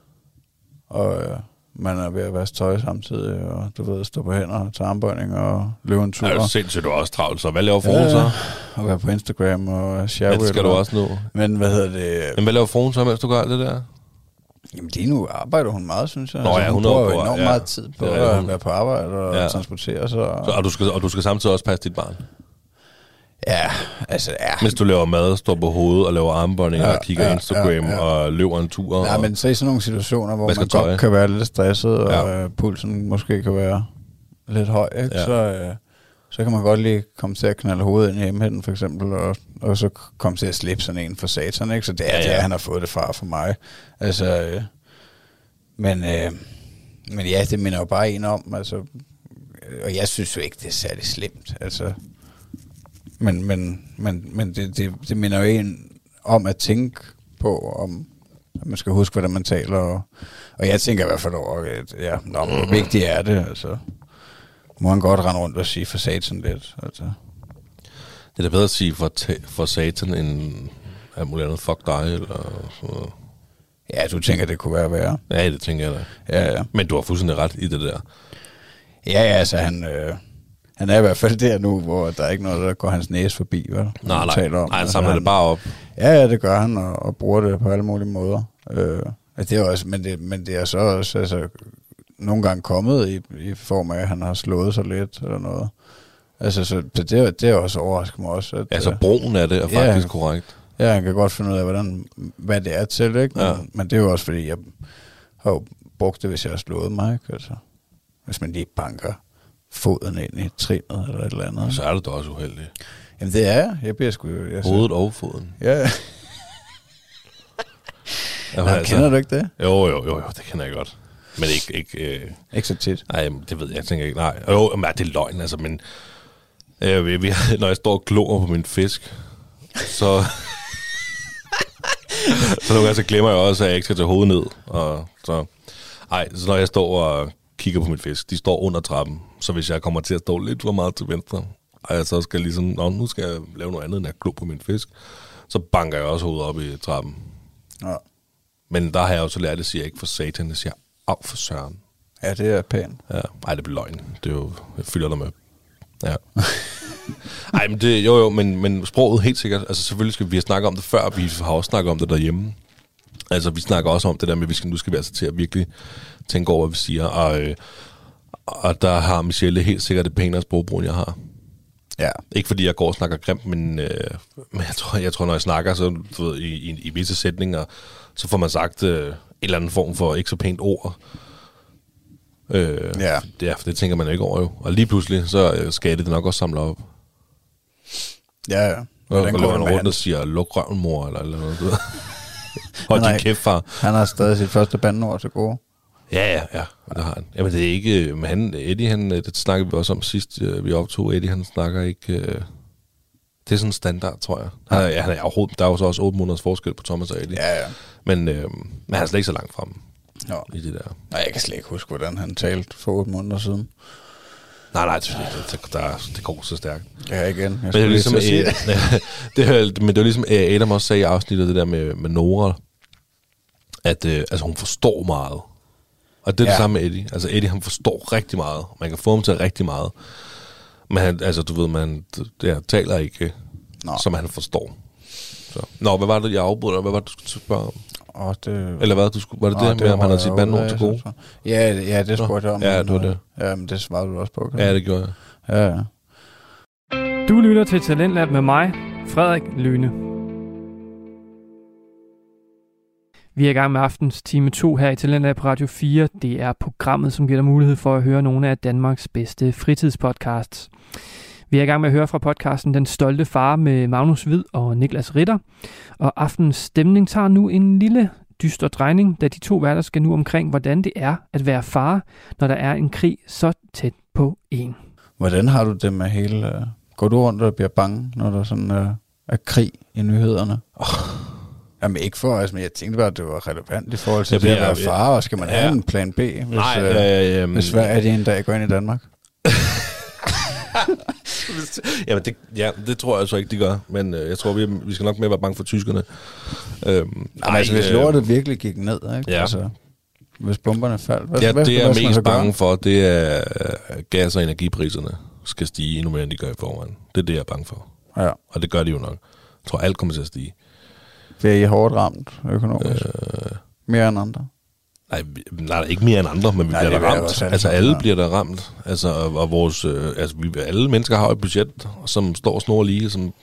og øh, man er ved at vaske tøj samtidig, og du ved, stå på hænder, tage armbøjning og løbe en tur. Ja, det er sindssygt, du er også travlt, så hvad laver fruen ja, så? Og være på Instagram og share. Ja, det skal du også nu. Men hvad hedder det? Men hvad laver fruen så, mens du gør alt det der? Jamen lige nu arbejder hun meget, synes jeg. Nå, altså, ja, hun bruger enormt ja. meget tid på ja, at være på arbejde og ja. transportere sig. Og, så, og, du skal, og du skal samtidig også passe dit barn? Ja, altså ja. Hvis du laver mad, står på hovedet og laver armbåndinger ja, og kigger ja, Instagram ja, ja. og løber en tur. Ja, og men så i sådan nogle situationer, hvor man godt kan være lidt stresset, ja. og øh, pulsen måske kan være lidt høj, ikke? Ja. Så, øh, så kan man godt lige komme til at knalde hovedet ind i hjemheden, for eksempel, og, og så komme til at slippe sådan en for satan, ikke? Så det er ja, ja. det, han har fået det fra for mig. Altså, øh, men, øh, men ja, det minder jo bare en om, altså, og jeg synes jo ikke, det er særlig slemt, altså. Men, men, men, men det, det, det minder jo en om at tænke på, om at man skal huske, hvordan man taler. Og, og jeg tænker i hvert fald over, at ja, nå, hvor vigtigt er det. Altså, må han godt rende rundt og sige for satan lidt. Altså. Det er da bedre at sige for, ta- for satan, end alt muligt andet fuck dig, eller sådan noget. Ja, du tænker, det kunne være værre. Ja, det tænker jeg da. Ja, ja. Men du har fuldstændig ret i det der. Ja, ja, altså han... Øh, Han er i hvert fald der nu, hvor der er ikke noget, der går hans næse forbi, hvad? Nej, nej, nej, han samler han, det bare op. Ja, ja, det gør han, og, og bruger det på alle mulige måder. Øh, det er også, men, det, men det er så også altså, nogle gange kommet i, i form af, at han har slået sig lidt, eller noget. Altså, så det, det er også overrasket mig også. At, ja, så brugen af det er ja, faktisk korrekt. Ja, han kan godt finde ud af, hvordan, hvad det er til, ikke? Men, ja. men det er jo også, fordi jeg har jo brugt det, hvis jeg har slået mig, ikke? Altså, hvis man lige banker foden ind i trinnet eller et eller andet. Så er det da også uheldigt. Jamen det er jeg. Jeg bliver sgu... Jeg hovedet og foden. Ja. Jamen, Nå, altså, kender du ikke det? Jo, jo, jo, jo, det kender jeg godt. Men ikke... Ikke, øh, ikke så tit? Nej, det ved jeg, jeg tænker ikke. Nej, jo, men det er løgn, altså, men... Øh, vi, når jeg står og glor på min fisk, så... så nogle gange så glemmer jeg også, at jeg ikke skal tage hovedet ned. Og så... Ej, så når jeg står og kigger på min fisk, de står under trappen, så hvis jeg kommer til at stå lidt for meget til venstre, og jeg så skal ligesom, nå, nu skal jeg lave noget andet, end at glo på min fisk, så banker jeg også hovedet op i trappen. Ja. Men der har jeg jo så lært at sige, ikke for satan, jeg siger, af for søren. Ja, det er pænt. Ja, ej, det bliver løgn. Det er jo, jeg fylder dig med. Ja. Ej, men det, jo jo, men, men sproget helt sikkert, altså selvfølgelig skal vi snakke om det før, vi har også snakket om det derhjemme. Altså, vi snakker også om det der med, at vi skal, nu skal vi altså til at virkelig tænke over, hvad vi siger. Og, øh, og der har Michelle helt sikkert det pænere sprogbrug, end jeg har. Ja. Ikke fordi jeg går og snakker grimt, men, øh, men jeg, tror, jeg tror, når jeg snakker, så du ved, i, i, i visse sætninger, så får man sagt øh, en eller anden form for ikke så pænt ord. Øh, ja. Det, ja, for det tænker man ikke over jo. Og lige pludselig, så øh, skal det nok også samle op. Ja, ja. Og, og løber man rundt og siger, luk røven, mor, eller, eller noget, du ved. Hold din kæft, far. Han har stadig sit første bandeord til gode. Ja, ja, ja, det har han. Jamen det er ikke, men han, Eddie, han, det snakkede vi også om sidst, vi optog, Eddie, han snakker ikke, det er sådan en standard, tror jeg. Han er, ja, han er overhovedet, der er jo så også otte måneders forskel på Thomas og Eddie. Ja, ja. Men, øh, men han er slet ikke så langt frem ja. i det der. Nej, jeg kan slet ikke huske, hvordan han talte for otte måneder siden. Nej, nej, det, det, der, det går så stærkt. Ja, igen. Jeg men, det er ligesom, sige. det, men det var ligesom Adam også sagde i afsnittet, det der med, med Nora, at øh, altså, hun forstår meget. Og det er ja. det samme med Eddie. Altså Eddie, han forstår rigtig meget. Man kan få ham til rigtig meget. Men han, altså, du ved, man der taler ikke, Nå. som han forstår. Så. Nå, hvad var det, jeg afbrød dig? Hvad var det, du skulle spørge om? Oh, det... Eller hvad, du skulle, var det Nå, det, det med, om han havde sit bandord til gode? Ja, ja, det spurgte jeg om. Ja, det var det. Ja, men det svarede du også på. Kan? Ja, det gjorde jeg. Ja, ja. Du lytter til Talentlab med mig, Frederik Lyne. Vi er i gang med aftens time to her i Talentlab på Radio fire. Det er programmet, som giver dig mulighed for at høre nogle af Danmarks bedste fritidspodcasts. Vi er i gang med at høre fra podcasten Den Stolte Far med Magnus Hvid og Niklas Ritter. Og aftens stemning tager nu en lille dyster drejning, da de to værter skal nu omkring, hvordan det er at være far, når der er en krig så tæt på en. Hvordan har du det med hele... Uh, går du rundt og bliver bange, når der sådan, uh, er krig i nyhederne? Oh. Jamen ikke for os, men jeg tænkte bare, at det var relevant i forhold til ja, det at være far, og skal man ja. have en plan B, hvis, Nej, øh, ja, ja, hvis Sverige en dag går ind i Danmark? Jamen det, ja, det tror jeg så ikke, de gør, men øh, jeg tror, vi, vi skal nok med at være bange for tyskerne. Øhm, Nej, altså hvis lortet virkelig gik ned, ikke? Ja. Altså, hvis bomberne faldt, hvad, ja, hvad, det hvad, jeg hvad er mest bange for, det er gas- og energipriserne skal stige endnu mere, end de gør i forvejen. Det er det, jeg er bange for. Ja. Og det gør de jo nok. Jeg tror, alt kommer til at stige. Det er I hårdt ramt økonomisk? Øh, mere end andre? Nej, nej, ikke mere end andre, men vi nej, bliver der ramt. Altså alle ja. bliver der ramt. Altså, og, og vores, øh, altså vi, alle mennesker har et budget, som står snor lige. Som,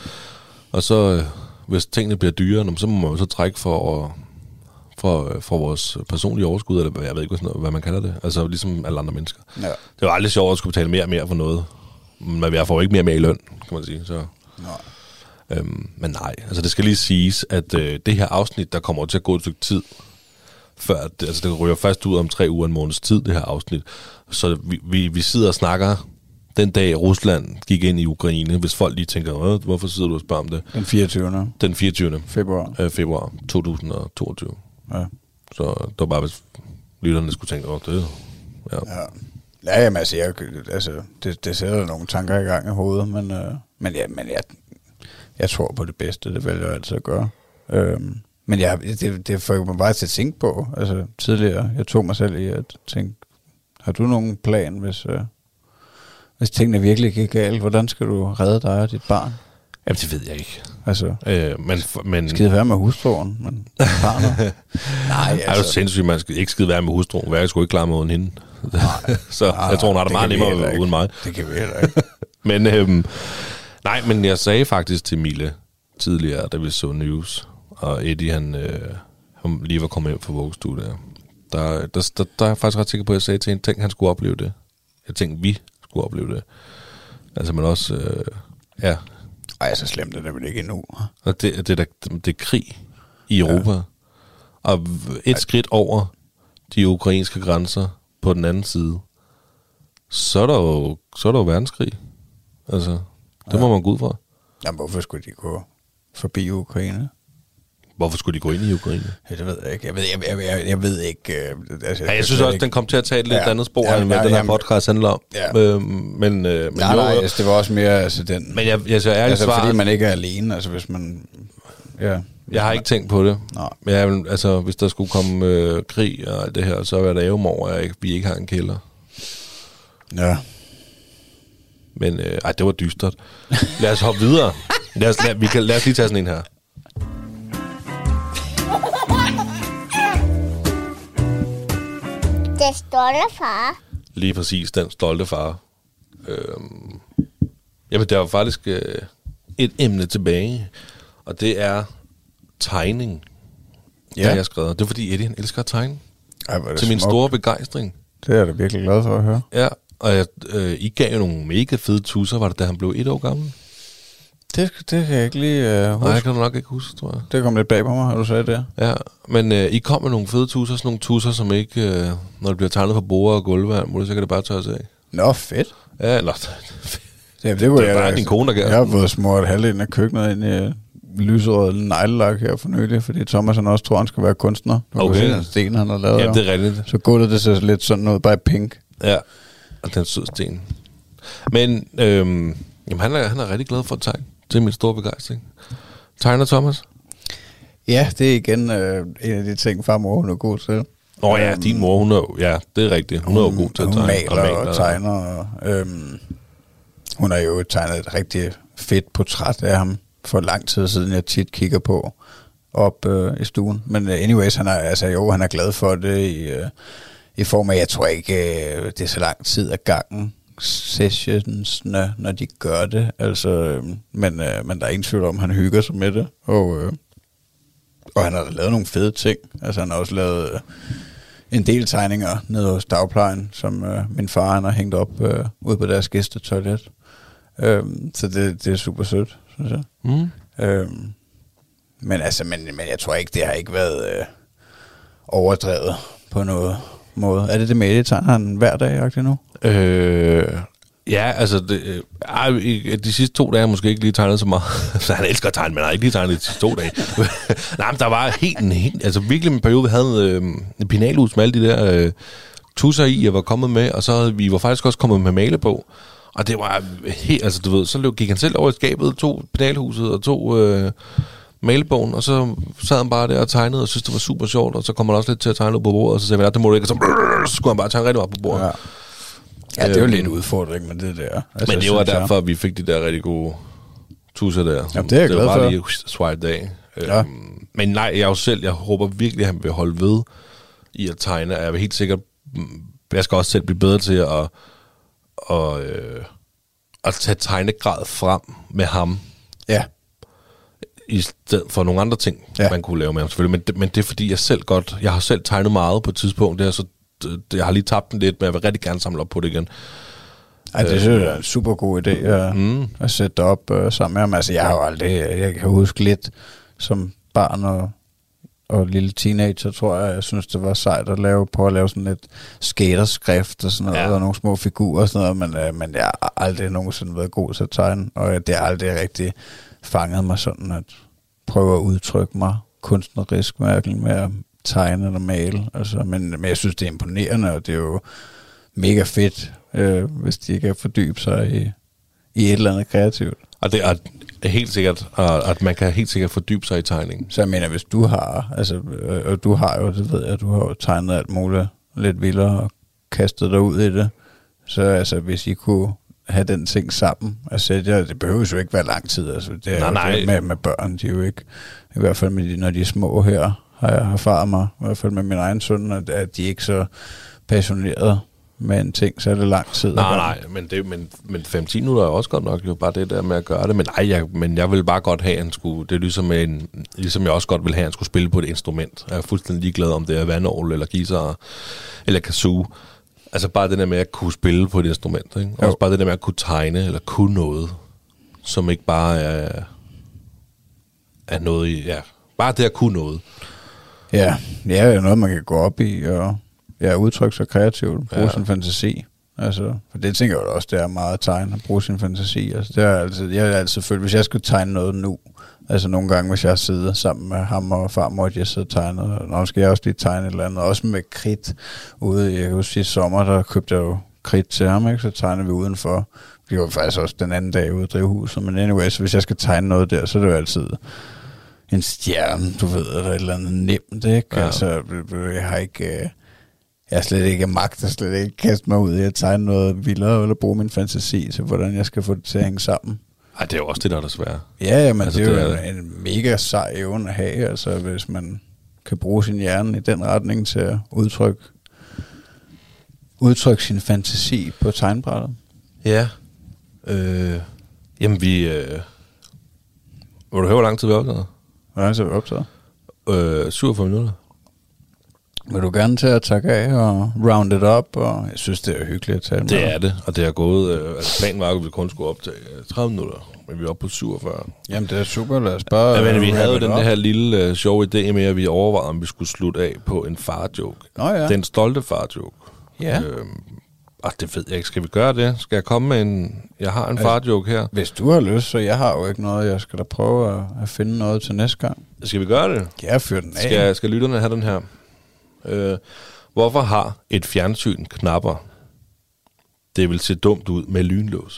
og så, øh, hvis tingene bliver dyrere, så må man jo så trække for, for, for vores personlige overskud, eller jeg ved ikke, hvad, hvad man kalder det. Altså ligesom alle andre mennesker. Ja. Det var aldrig sjovt at skulle betale mere og mere for noget. Men jeg får ikke mere og mere i løn, kan man sige. Så. Nej. Øhm, men nej, altså det skal lige siges, at øh, det her afsnit, der kommer til at gå et stykke tid, før, altså det ryger først ud om tre uger, en måneds tid, det her afsnit. Så vi, vi, vi sidder og snakker den dag Rusland gik ind i Ukraine, hvis folk lige tænker, hvorfor sidder du og spørger om det? Den fireogtyvende Den fireogtyvende februar. Øh, februar to tusind og toogtyve. Ja. Så det var bare, hvis lytterne skulle tænke, åh, det ja. Ja, ja jamen, altså, jeg, altså det, det sætter nogle tanker i gang i hovedet, men, øh, men, ja, men jeg, jeg tror på det bedste, det vil jeg altid gøre. Øhm. Men jeg, det, det får mig bare til at tænke på. Altså tidligere, jeg tog mig selv i at tænke, har du nogen plan, hvis, øh, hvis tingene virkelig gik galt? Hvordan skal du redde dig og dit barn? Jamen, det ved jeg ikke. Altså, øh, men, men skide være med hustruen, men barnet? Nej, altså. Er du sindssygt, man skal ikke skide være med hustruen. Hvad jeg skulle ikke klare mig uden hende. Så nej, jeg tror, hun har det meget nemmere uden mig. Det kan vi heller ikke. men, øhm, nej, men jeg sagde faktisk til Mille tidligere, da vi så news, og Eddie, han, øh, han lige var kommet hjem fra vuggestue der. Der, der, der, der er jeg faktisk ret sikker på, at jeg sagde til en ting, han skulle opleve det. Jeg tænkte, vi skulle opleve det. Altså, men også, øh, ja. Ej, så slemt er det vel ikke endnu. Og det, det, det, det er krig i Europa. Ja. Og et Ej. skridt over de ukrainske grænser på den anden side, så er der jo, så er der jo verdenskrig. Altså, det ja. må man gå ud fra. Jamen, hvorfor skulle de gå forbi Ukraine? Hvorfor skulle de gå ind i Ukraine? Ja, det ved jeg ikke. Jeg ved, jeg, jeg, jeg, jeg ved ikke... Uh, altså, ja, jeg, jeg synes også, ikke. Den kom til at tage et lidt ja, andet spor, ja, end ja, den her jamen, podcast handler om. Ja. Øhm, men, øh, men nej, jo, nej, altså, det var også mere altså, den... Men jeg, jeg, jeg ærligt altså, svar... fordi man ikke er alene, altså hvis man... Ja, jeg har ikke tænkt på det. Nej. Jeg, altså, hvis der skulle komme øh, krig og alt det her, så er det æve mig over, at vi ikke har en kælder. Ja. Men øh, ej, det var dystert. Lad os hoppe videre. Lad os, lad, vi kan, lad os lige tage sådan en her. Den stolte far. Lige præcis, den stolte far. Øhm, jamen, der var faktisk øh, et emne tilbage, og det er tegning, ja. Der jeg har skrevet. Det er fordi Eddie, han elsker at tegne. Ej, til min smuk. store begejstring. Det er jeg da virkelig glad for at høre. Ja, og jeg, øh, I gav jo nogle mega fede tusser, var det da han blev et år gammel? Det, det kan jeg ikke lige uh, huske. Nej, jeg kan du nok ikke huske, tror jeg. Det kom lidt bag på mig, har du sagt det? Ja, men øh, I kom med nogle fede tusser, sådan nogle tusser, som ikke, øh, når det bliver tegnet på borde og gulve, så kan det bare tørres af. Nå, fedt. Ja, nå, det, det, var det er jeg, bare din kone, der gør. Jeg har fået smurt halvdelen af køkkenet ind i lyserød neglelak her for nylig, fordi Thomas han også tror, han skal være kunstner. Du okay. kan se den sten, han har lavet. Ja, det er rigtigt. Så gulvet det ser lidt sådan noget, bare pink. Ja, og den sød sten. Men øhm, jamen, han, er, han er rigtig glad for at tegne. Det er min store begejstring. Tegner Thomas? Ja, det er igen øh, en af de ting, farmor hun er god til. Åh oh, ja, um, din mor, hun er jo, ja, det er rigtigt. Hun, hun er jo god til at tegne. Hun maler og, maler og tegner. Og, øhm, hun har jo tegnet et rigtig fedt portræt af ham for lang tid siden, jeg tit kigger på op øh, i stuen. Men uh, anyways, han er, altså, jo, han er glad for det i, øh, i form af, jeg tror ikke, øh, det er så lang tid af gangen, sessionsne, når de gør det. Altså, øh, men, øh, men der er ingen tvivl om, han hygger sig med det. Og, øh, og han har lavet nogle fede ting. Altså, han har også lavet øh, en del tegninger nede hos dagplejen, som øh, min far han har hængt op øh, ude på deres gæstetoilet. Øh, så det, det er super sødt, synes jeg. Mm. Øh, men altså, men, men jeg tror ikke, det har ikke været øh, overdrevet på noget måde. Er det det med, det tegner han hver dag nu? Øh, ja, altså, det, øh, de sidste to dage har måske ikke lige tegnet så meget. Så han elsker at tegne, men han har ikke lige tegnet de sidste to dage. Nej, men der var helt en, helt, altså virkelig en periode, vi havde øh, en penalhus med alle de der øh, tusser i, jeg var kommet med, og så vi var faktisk også kommet med malebog. Og det var helt, altså du ved, så gik han selv over i skabet, tog penalhuset og tog øh, malebogen, og så sad han bare der og tegnede, og synes det var super sjovt, og så kom han også lidt til at tegne på bordet, og så sagde han, det må du ikke, og så, så skulle han bare tegne rigtig meget på bordet. Ja. Ja, det er jo lidt en udfordring med det der. Altså, men det var derfor, at vi fik de der rigtig gode tusser der. Ja, det er jeg glad for. Det var bare lige swipe af. Ja. Øhm, men nej, jeg jo selv, jeg håber virkelig, at han vil holde ved i at tegne. Jeg er helt sikker, jeg skal også selv blive bedre til at, og, øh, at tage tegnegrad frem med ham. Ja. I stedet for nogle andre ting, ja. Man kunne lave med ham selvfølgelig. Men det, men det er fordi, jeg selv godt, jeg har selv tegnet meget på et tidspunkt, det er så jeg har lige tabt den lidt, men jeg vil rigtig gerne samle op på det igen. Ej, det synes jeg er en super god idé at, mm. at sætte op uh, sammen med ham. Altså, jeg har jo aldrig, jeg kan huske lidt som barn og, og lille teenager, tror jeg, jeg synes, det var sejt at lave, på at lave sådan lidt skaterskrift og sådan noget, ja. Og nogle små figurer og sådan noget, men, uh, men jeg har aldrig nogensinde været god til at tegne, og det har aldrig rigtig fanget mig sådan at prøve at udtrykke mig kunstnerisk mærkeligt med at tegne eller male, altså, men, men jeg synes, det er imponerende, og det er jo mega fedt, øh, hvis de kan fordybe sig i, i et eller andet kreativt. Og det er helt sikkert, at man kan helt sikkert fordybe sig i tegningen. Så jeg mener, hvis du har, altså, øh, og du har jo, det ved jeg, du har jo tegnet alt muligt lidt vildere og kastet dig ud i det, så altså, hvis I kunne have den ting sammen, altså, det, det behøver jo ikke være lang tid, altså, det er nej, jo det med, med børn, de er jo ikke, i hvert fald med de, når de er små her, har jeg erfaret mig, i hvert fald med min egen søn, at, at de ikke er så passionerede med en ting, så er det lang tid. Nej, nej, men, det, men, men fem til ti minutter er også godt nok, jo bare det der med at gøre det. Men nej, jeg, men jeg vil bare godt have, at han skulle, det er ligesom, en, ligesom jeg også godt vil have, at han skulle spille på et instrument. Jeg er fuldstændig ligeglad, om det er vandorgel, eller guitar, eller kazoo. Altså bare det der med at kunne spille på et instrument, ikke? Også bare det der med at kunne tegne, eller kunne noget, som ikke bare er, er noget i, ja, bare det at kunne noget. Ja, det er jo noget, man kan gå op i, og ja, udtrykke sig kreativt, bruge ja. sin fantasi. Altså, for det tænker jeg også, det er meget at tegne, at bruge sin fantasi. Altså, det er altid, jeg har altid følt, hvis jeg skulle tegne noget nu, altså nogle gange, hvis jeg sidder sammen med ham og farmor, at jeg sidder og tegner, nå, skal jeg også lige tegne et eller andet, også med kridt ude. Jeg kan huske sidste sommer, der købte jeg jo kridt til ham, ikke? Så tegner vi udenfor. Vi var faktisk også den anden dag ude i drivhuset, men anyway, så hvis jeg skal tegne noget der, så er det jo altid en stjerne, du ved, eller et eller andet nemt, ikke? Ja. Altså, jeg har ikke, jeg har slet ikke magt, jeg slet ikke kaste mig ud i at tegne noget vildere, eller bruge min fantasi til, hvordan jeg skal få det til at hænge sammen. Ej, det er jo også det, der er svært. Ja, men altså, det er jo det er en, en mega sej evne at have, altså, hvis man kan bruge sin hjerne i den retning til at udtrykke, udtrykke sin fantasi på tegnebrættet. Ja. Øh, jamen, vi... Øh, må du høre, hvor lang tid vi har optaget? Hvor lang tid har vi optaget? Øh, syvogfyrre minutter. Vil du gerne til at takke af og round it up, og jeg synes, det er hyggeligt at tale med. Det er det, og det er gået, øh, altså planen var, at vi kun skulle optage tredive minutter, men vi er oppe på syvogfyrre. Jamen, det er super, lad os bare... Ja, men vi havde jo den her lille uh, sjove idé med, at vi overvejede, om vi skulle slutte af på en far-joke. Nå ja. Den stolte far-joke. Ja. Øhm, og det ved jeg ikke, skal vi gøre det? Skal jeg komme med en... Jeg har en altså, far-joke her. Hvis du har lyst, så jeg har jo ikke noget, jeg skal da prøve at, at finde noget til næste gang. Skal vi gøre det? Ja, fyr den af. Skal, skal lytterne have den her? Øh, hvorfor har et fjernsyn knapper? Det vil se dumt ud med lynlås.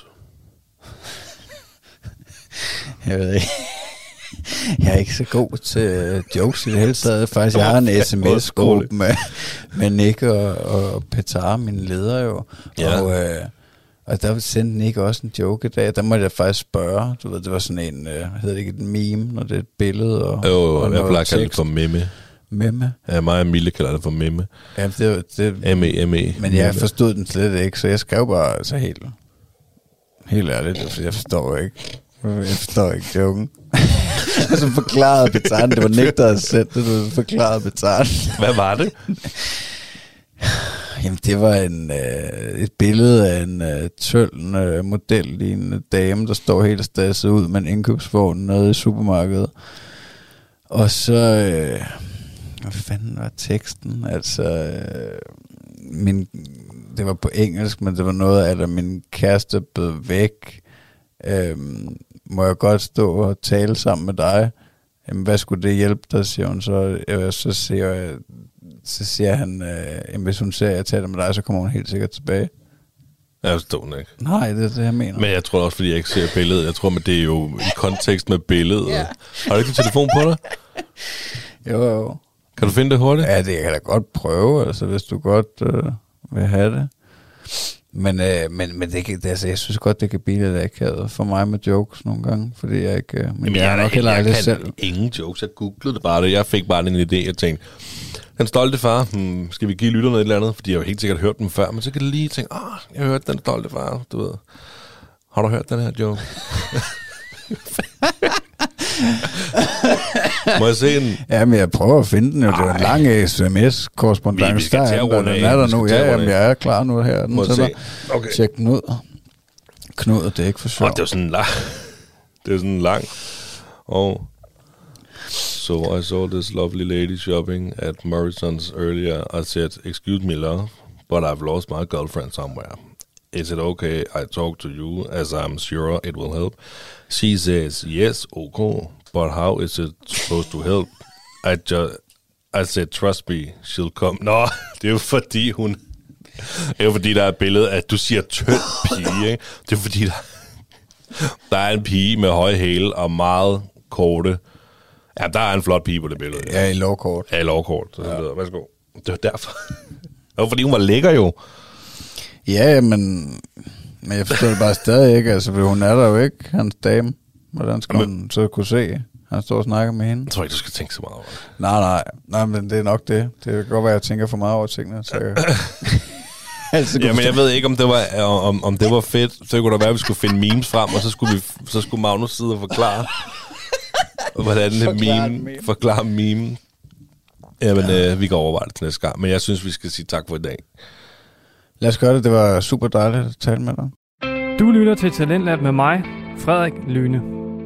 Jeg ved ikke. Jeg er ikke så god til jokes i det hele taget. Faktisk, jeg har en sms-gruppe med, med Nick og, og Petar, mine ledere jo. Ja. Og, øh, og der sendte Nick også en joke i dag. Der måtte jeg faktisk spørge. Du ved, det var sådan en, øh, hedder det ikke et meme, når det er et billede? Og, jo, og jeg plejer at kalde det for meme. Meme? Ja, mig og Mille kalder det for meme. Ja, det, det, M E M E. Men jeg forstod den slet ikke, så jeg skrev bare altså helt, helt ærligt, for jeg forstår ikke. Jeg forstår ikke joken. Og så forklarede Betaren, det var Nick, der havde sendt det, du forklarede Betaren. Hvad var det? Jamen, det var en, øh, et billede af en øh, tøl øh, modellignende dame, der står helt stresset ud med en indkøbsvogn nede i supermarkedet. Og så, øh, hvad fanden var teksten? Altså, øh, min, det var på engelsk, men det var noget af, at min kæreste blev væk. Øhm, må jeg godt stå og tale sammen med dig? Jamen, hvad skulle det hjælpe dig, siger hun så. Øh, så, siger jeg, så siger han, øh, jamen, hvis hun ser, at jeg taler med dig, så kommer hun helt sikkert tilbage. Jeg forstår den ikke. Nej, det er det, jeg mener. Men jeg tror også, fordi jeg ikke ser billedet. Jeg tror, men det er jo i kontekst med billedet. Ja. Har du ikke din telefon på dig? Jo, jo. Kan du finde det hurtigt? Ja, det jeg kan da godt prøve, altså, hvis du godt øh, vil have det. Men, øh, men, men det kan, det, altså, jeg synes godt, det kan blive lidt akavet for mig med jokes nogle gange, fordi jeg ikke... Øh, men Jamen, jeg, jeg er nok heller aldrig selv. Ingen jokes, jeg googlede det bare det. Jeg fik bare den idé, jeg tænkte, den stolte far, hmm, skal vi give lytterne et eller andet? Fordi jeg har jo helt sikkert hørt dem før, men så kan det lige tænke, åh, jeg har hørt den stolte far, du ved. Har du hørt den her joke? Må jeg se den? Ja, men jeg prøver at finde den jo. Det var en lang sms-korrespondance. Vi skal til at runde af. Den er der nu. Ja, jamen, jeg er klar nu her. Må jeg se? Okay. Tjek den ud. Knud, det er ikke for sjovt. Oh, det er sådan en lang. Det er sådan en lang. Og so I saw this lovely lady shopping at Morrison's earlier. I said, excuse me, love, but I've lost my girlfriend somewhere. Is it okay I talk to you as I'm sure it will help? She says, yes, okay, but how is it supposed to help? I just, I said, trust me, she'll come. Nå, det er jo fordi hun, det er jo fordi der er et billede af, at du siger tynd pige, ikke? Det er fordi der, der er en pige med høje hæle og meget korte. Ja, der er en flot pige på det billede. Ja, i lovkort. Ja, i lovkort. Så ja. Værsgo. Det var derfor. Det var fordi hun var lækker jo. Ja, men, men jeg forstår det bare stadig ikke, altså, for hun er der jo ikke, hans dame. Hvordan skal men, hun så kunne se? Han står og snakker med hende. Jeg tror ikke, du skal tænke så meget over det. Nej, nej, nej, men det er nok det. Det kan godt være, at jeg tænker for meget over tingene. Så jeg... altså, ja, men jeg ved ikke, om det var, om, om det var fedt. Så kunne der være, at vi skulle finde memes frem, og så skulle, vi, så skulle Magnus sidde og forklare, hvordan det meme, meme. forklare meme. Jamen, ja. øh, vi kan overveje det til næste gang. Men jeg synes, vi skal sige tak for i dag. Lad os gøre det. Det var super dejligt at tale med dig. Du lytter til Talentlab med mig, Frederik Lyne.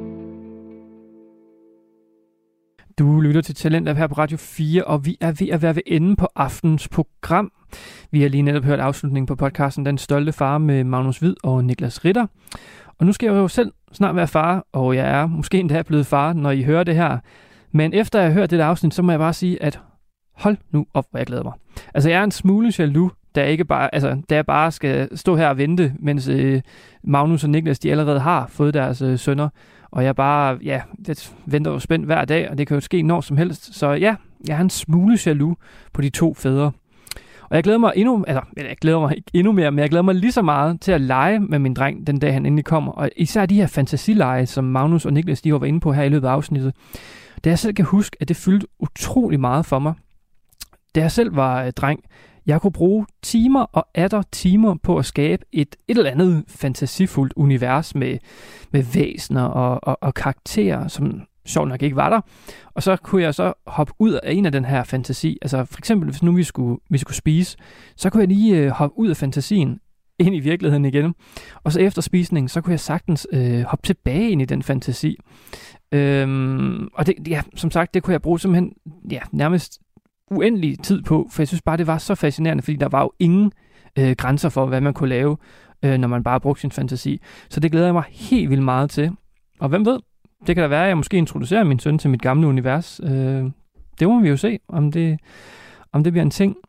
Du lytter til Talentlab her på Radio fire, og vi er ved at være ved enden på aftens program. Vi har lige netop hørt afslutningen på podcasten Den Stolte Far med Magnus Hvid og Niklas Ritter. Og nu skal jeg jo selv snart være far, og jeg er måske endda blevet far, når I hører det her. Men efter jeg har hørt det der afsnit, så må jeg bare sige, at hold nu op, hvor jeg glæder mig. Altså, jeg er en smule jaloux, der ikke bare, altså, der jeg bare skal stå her og vente, mens øh, Magnus og Niklas, de allerede har fået deres øh, sønner. Og jeg bare, ja, jeg venter jo spændt hver dag, og det kan jo ske når som helst. Så ja, jeg har en smule jaloux på de to fædre. Og jeg glæder mig endnu, altså, jeg glæder mig ikke endnu mere, men jeg glæder mig lige så meget til at lege med min dreng, den dag han endelig kommer. Og især de her fantasilleje, som Magnus og Niklas, de har været inde på her i løbet af afsnittet. Da jeg selv kan huske, at det fyldte utrolig meget for mig. Da jeg selv var øh, dreng, jeg kunne bruge timer og atter timer på at skabe et, et eller andet fantasifuldt univers med, med væsener og, og, og karakterer, som sjovt nok ikke var der. Og så kunne jeg så hoppe ud af en af den her fantasi. Altså for eksempel, hvis nu vi skulle, vi skulle spise, så kunne jeg lige øh, hoppe ud af fantasien ind i virkeligheden igen. Og så efter spisningen, så kunne jeg sagtens øh, hoppe tilbage ind i den fantasi. Øhm, og det, ja, som sagt, det kunne jeg bruge simpelthen ja, nærmest uendelig tid på, for jeg synes bare, det var så fascinerende, fordi der var jo ingen øh, grænser for, hvad man kunne lave, øh, når man bare brugte sin fantasi. Så det glæder jeg mig helt vildt meget til. Og hvem ved, det kan da være, at jeg måske introducerer min søn til mit gamle univers. Øh, det må vi jo se, om det, om det bliver en ting.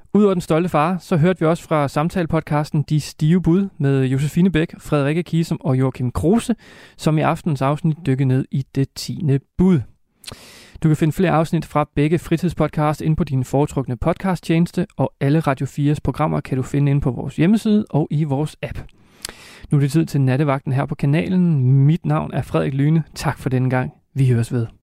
Udover den stolte far, så hørte vi også fra samtalepodcasten De Stive Bud med Josefine Bæk, Frederikke Kisum og Joachim Kruse, som i aftenens afsnit dykker ned i det tiende bud. Du kan finde flere afsnit fra begge fritidspodcast inde på din foretrukne podcasttjeneste, og alle Radio fires programmer kan du finde inde på vores hjemmeside og i vores app. Nu er det tid til nattevagten her på kanalen. Mit navn er Frederik Lyne. Tak for denne gang. Vi høres ved.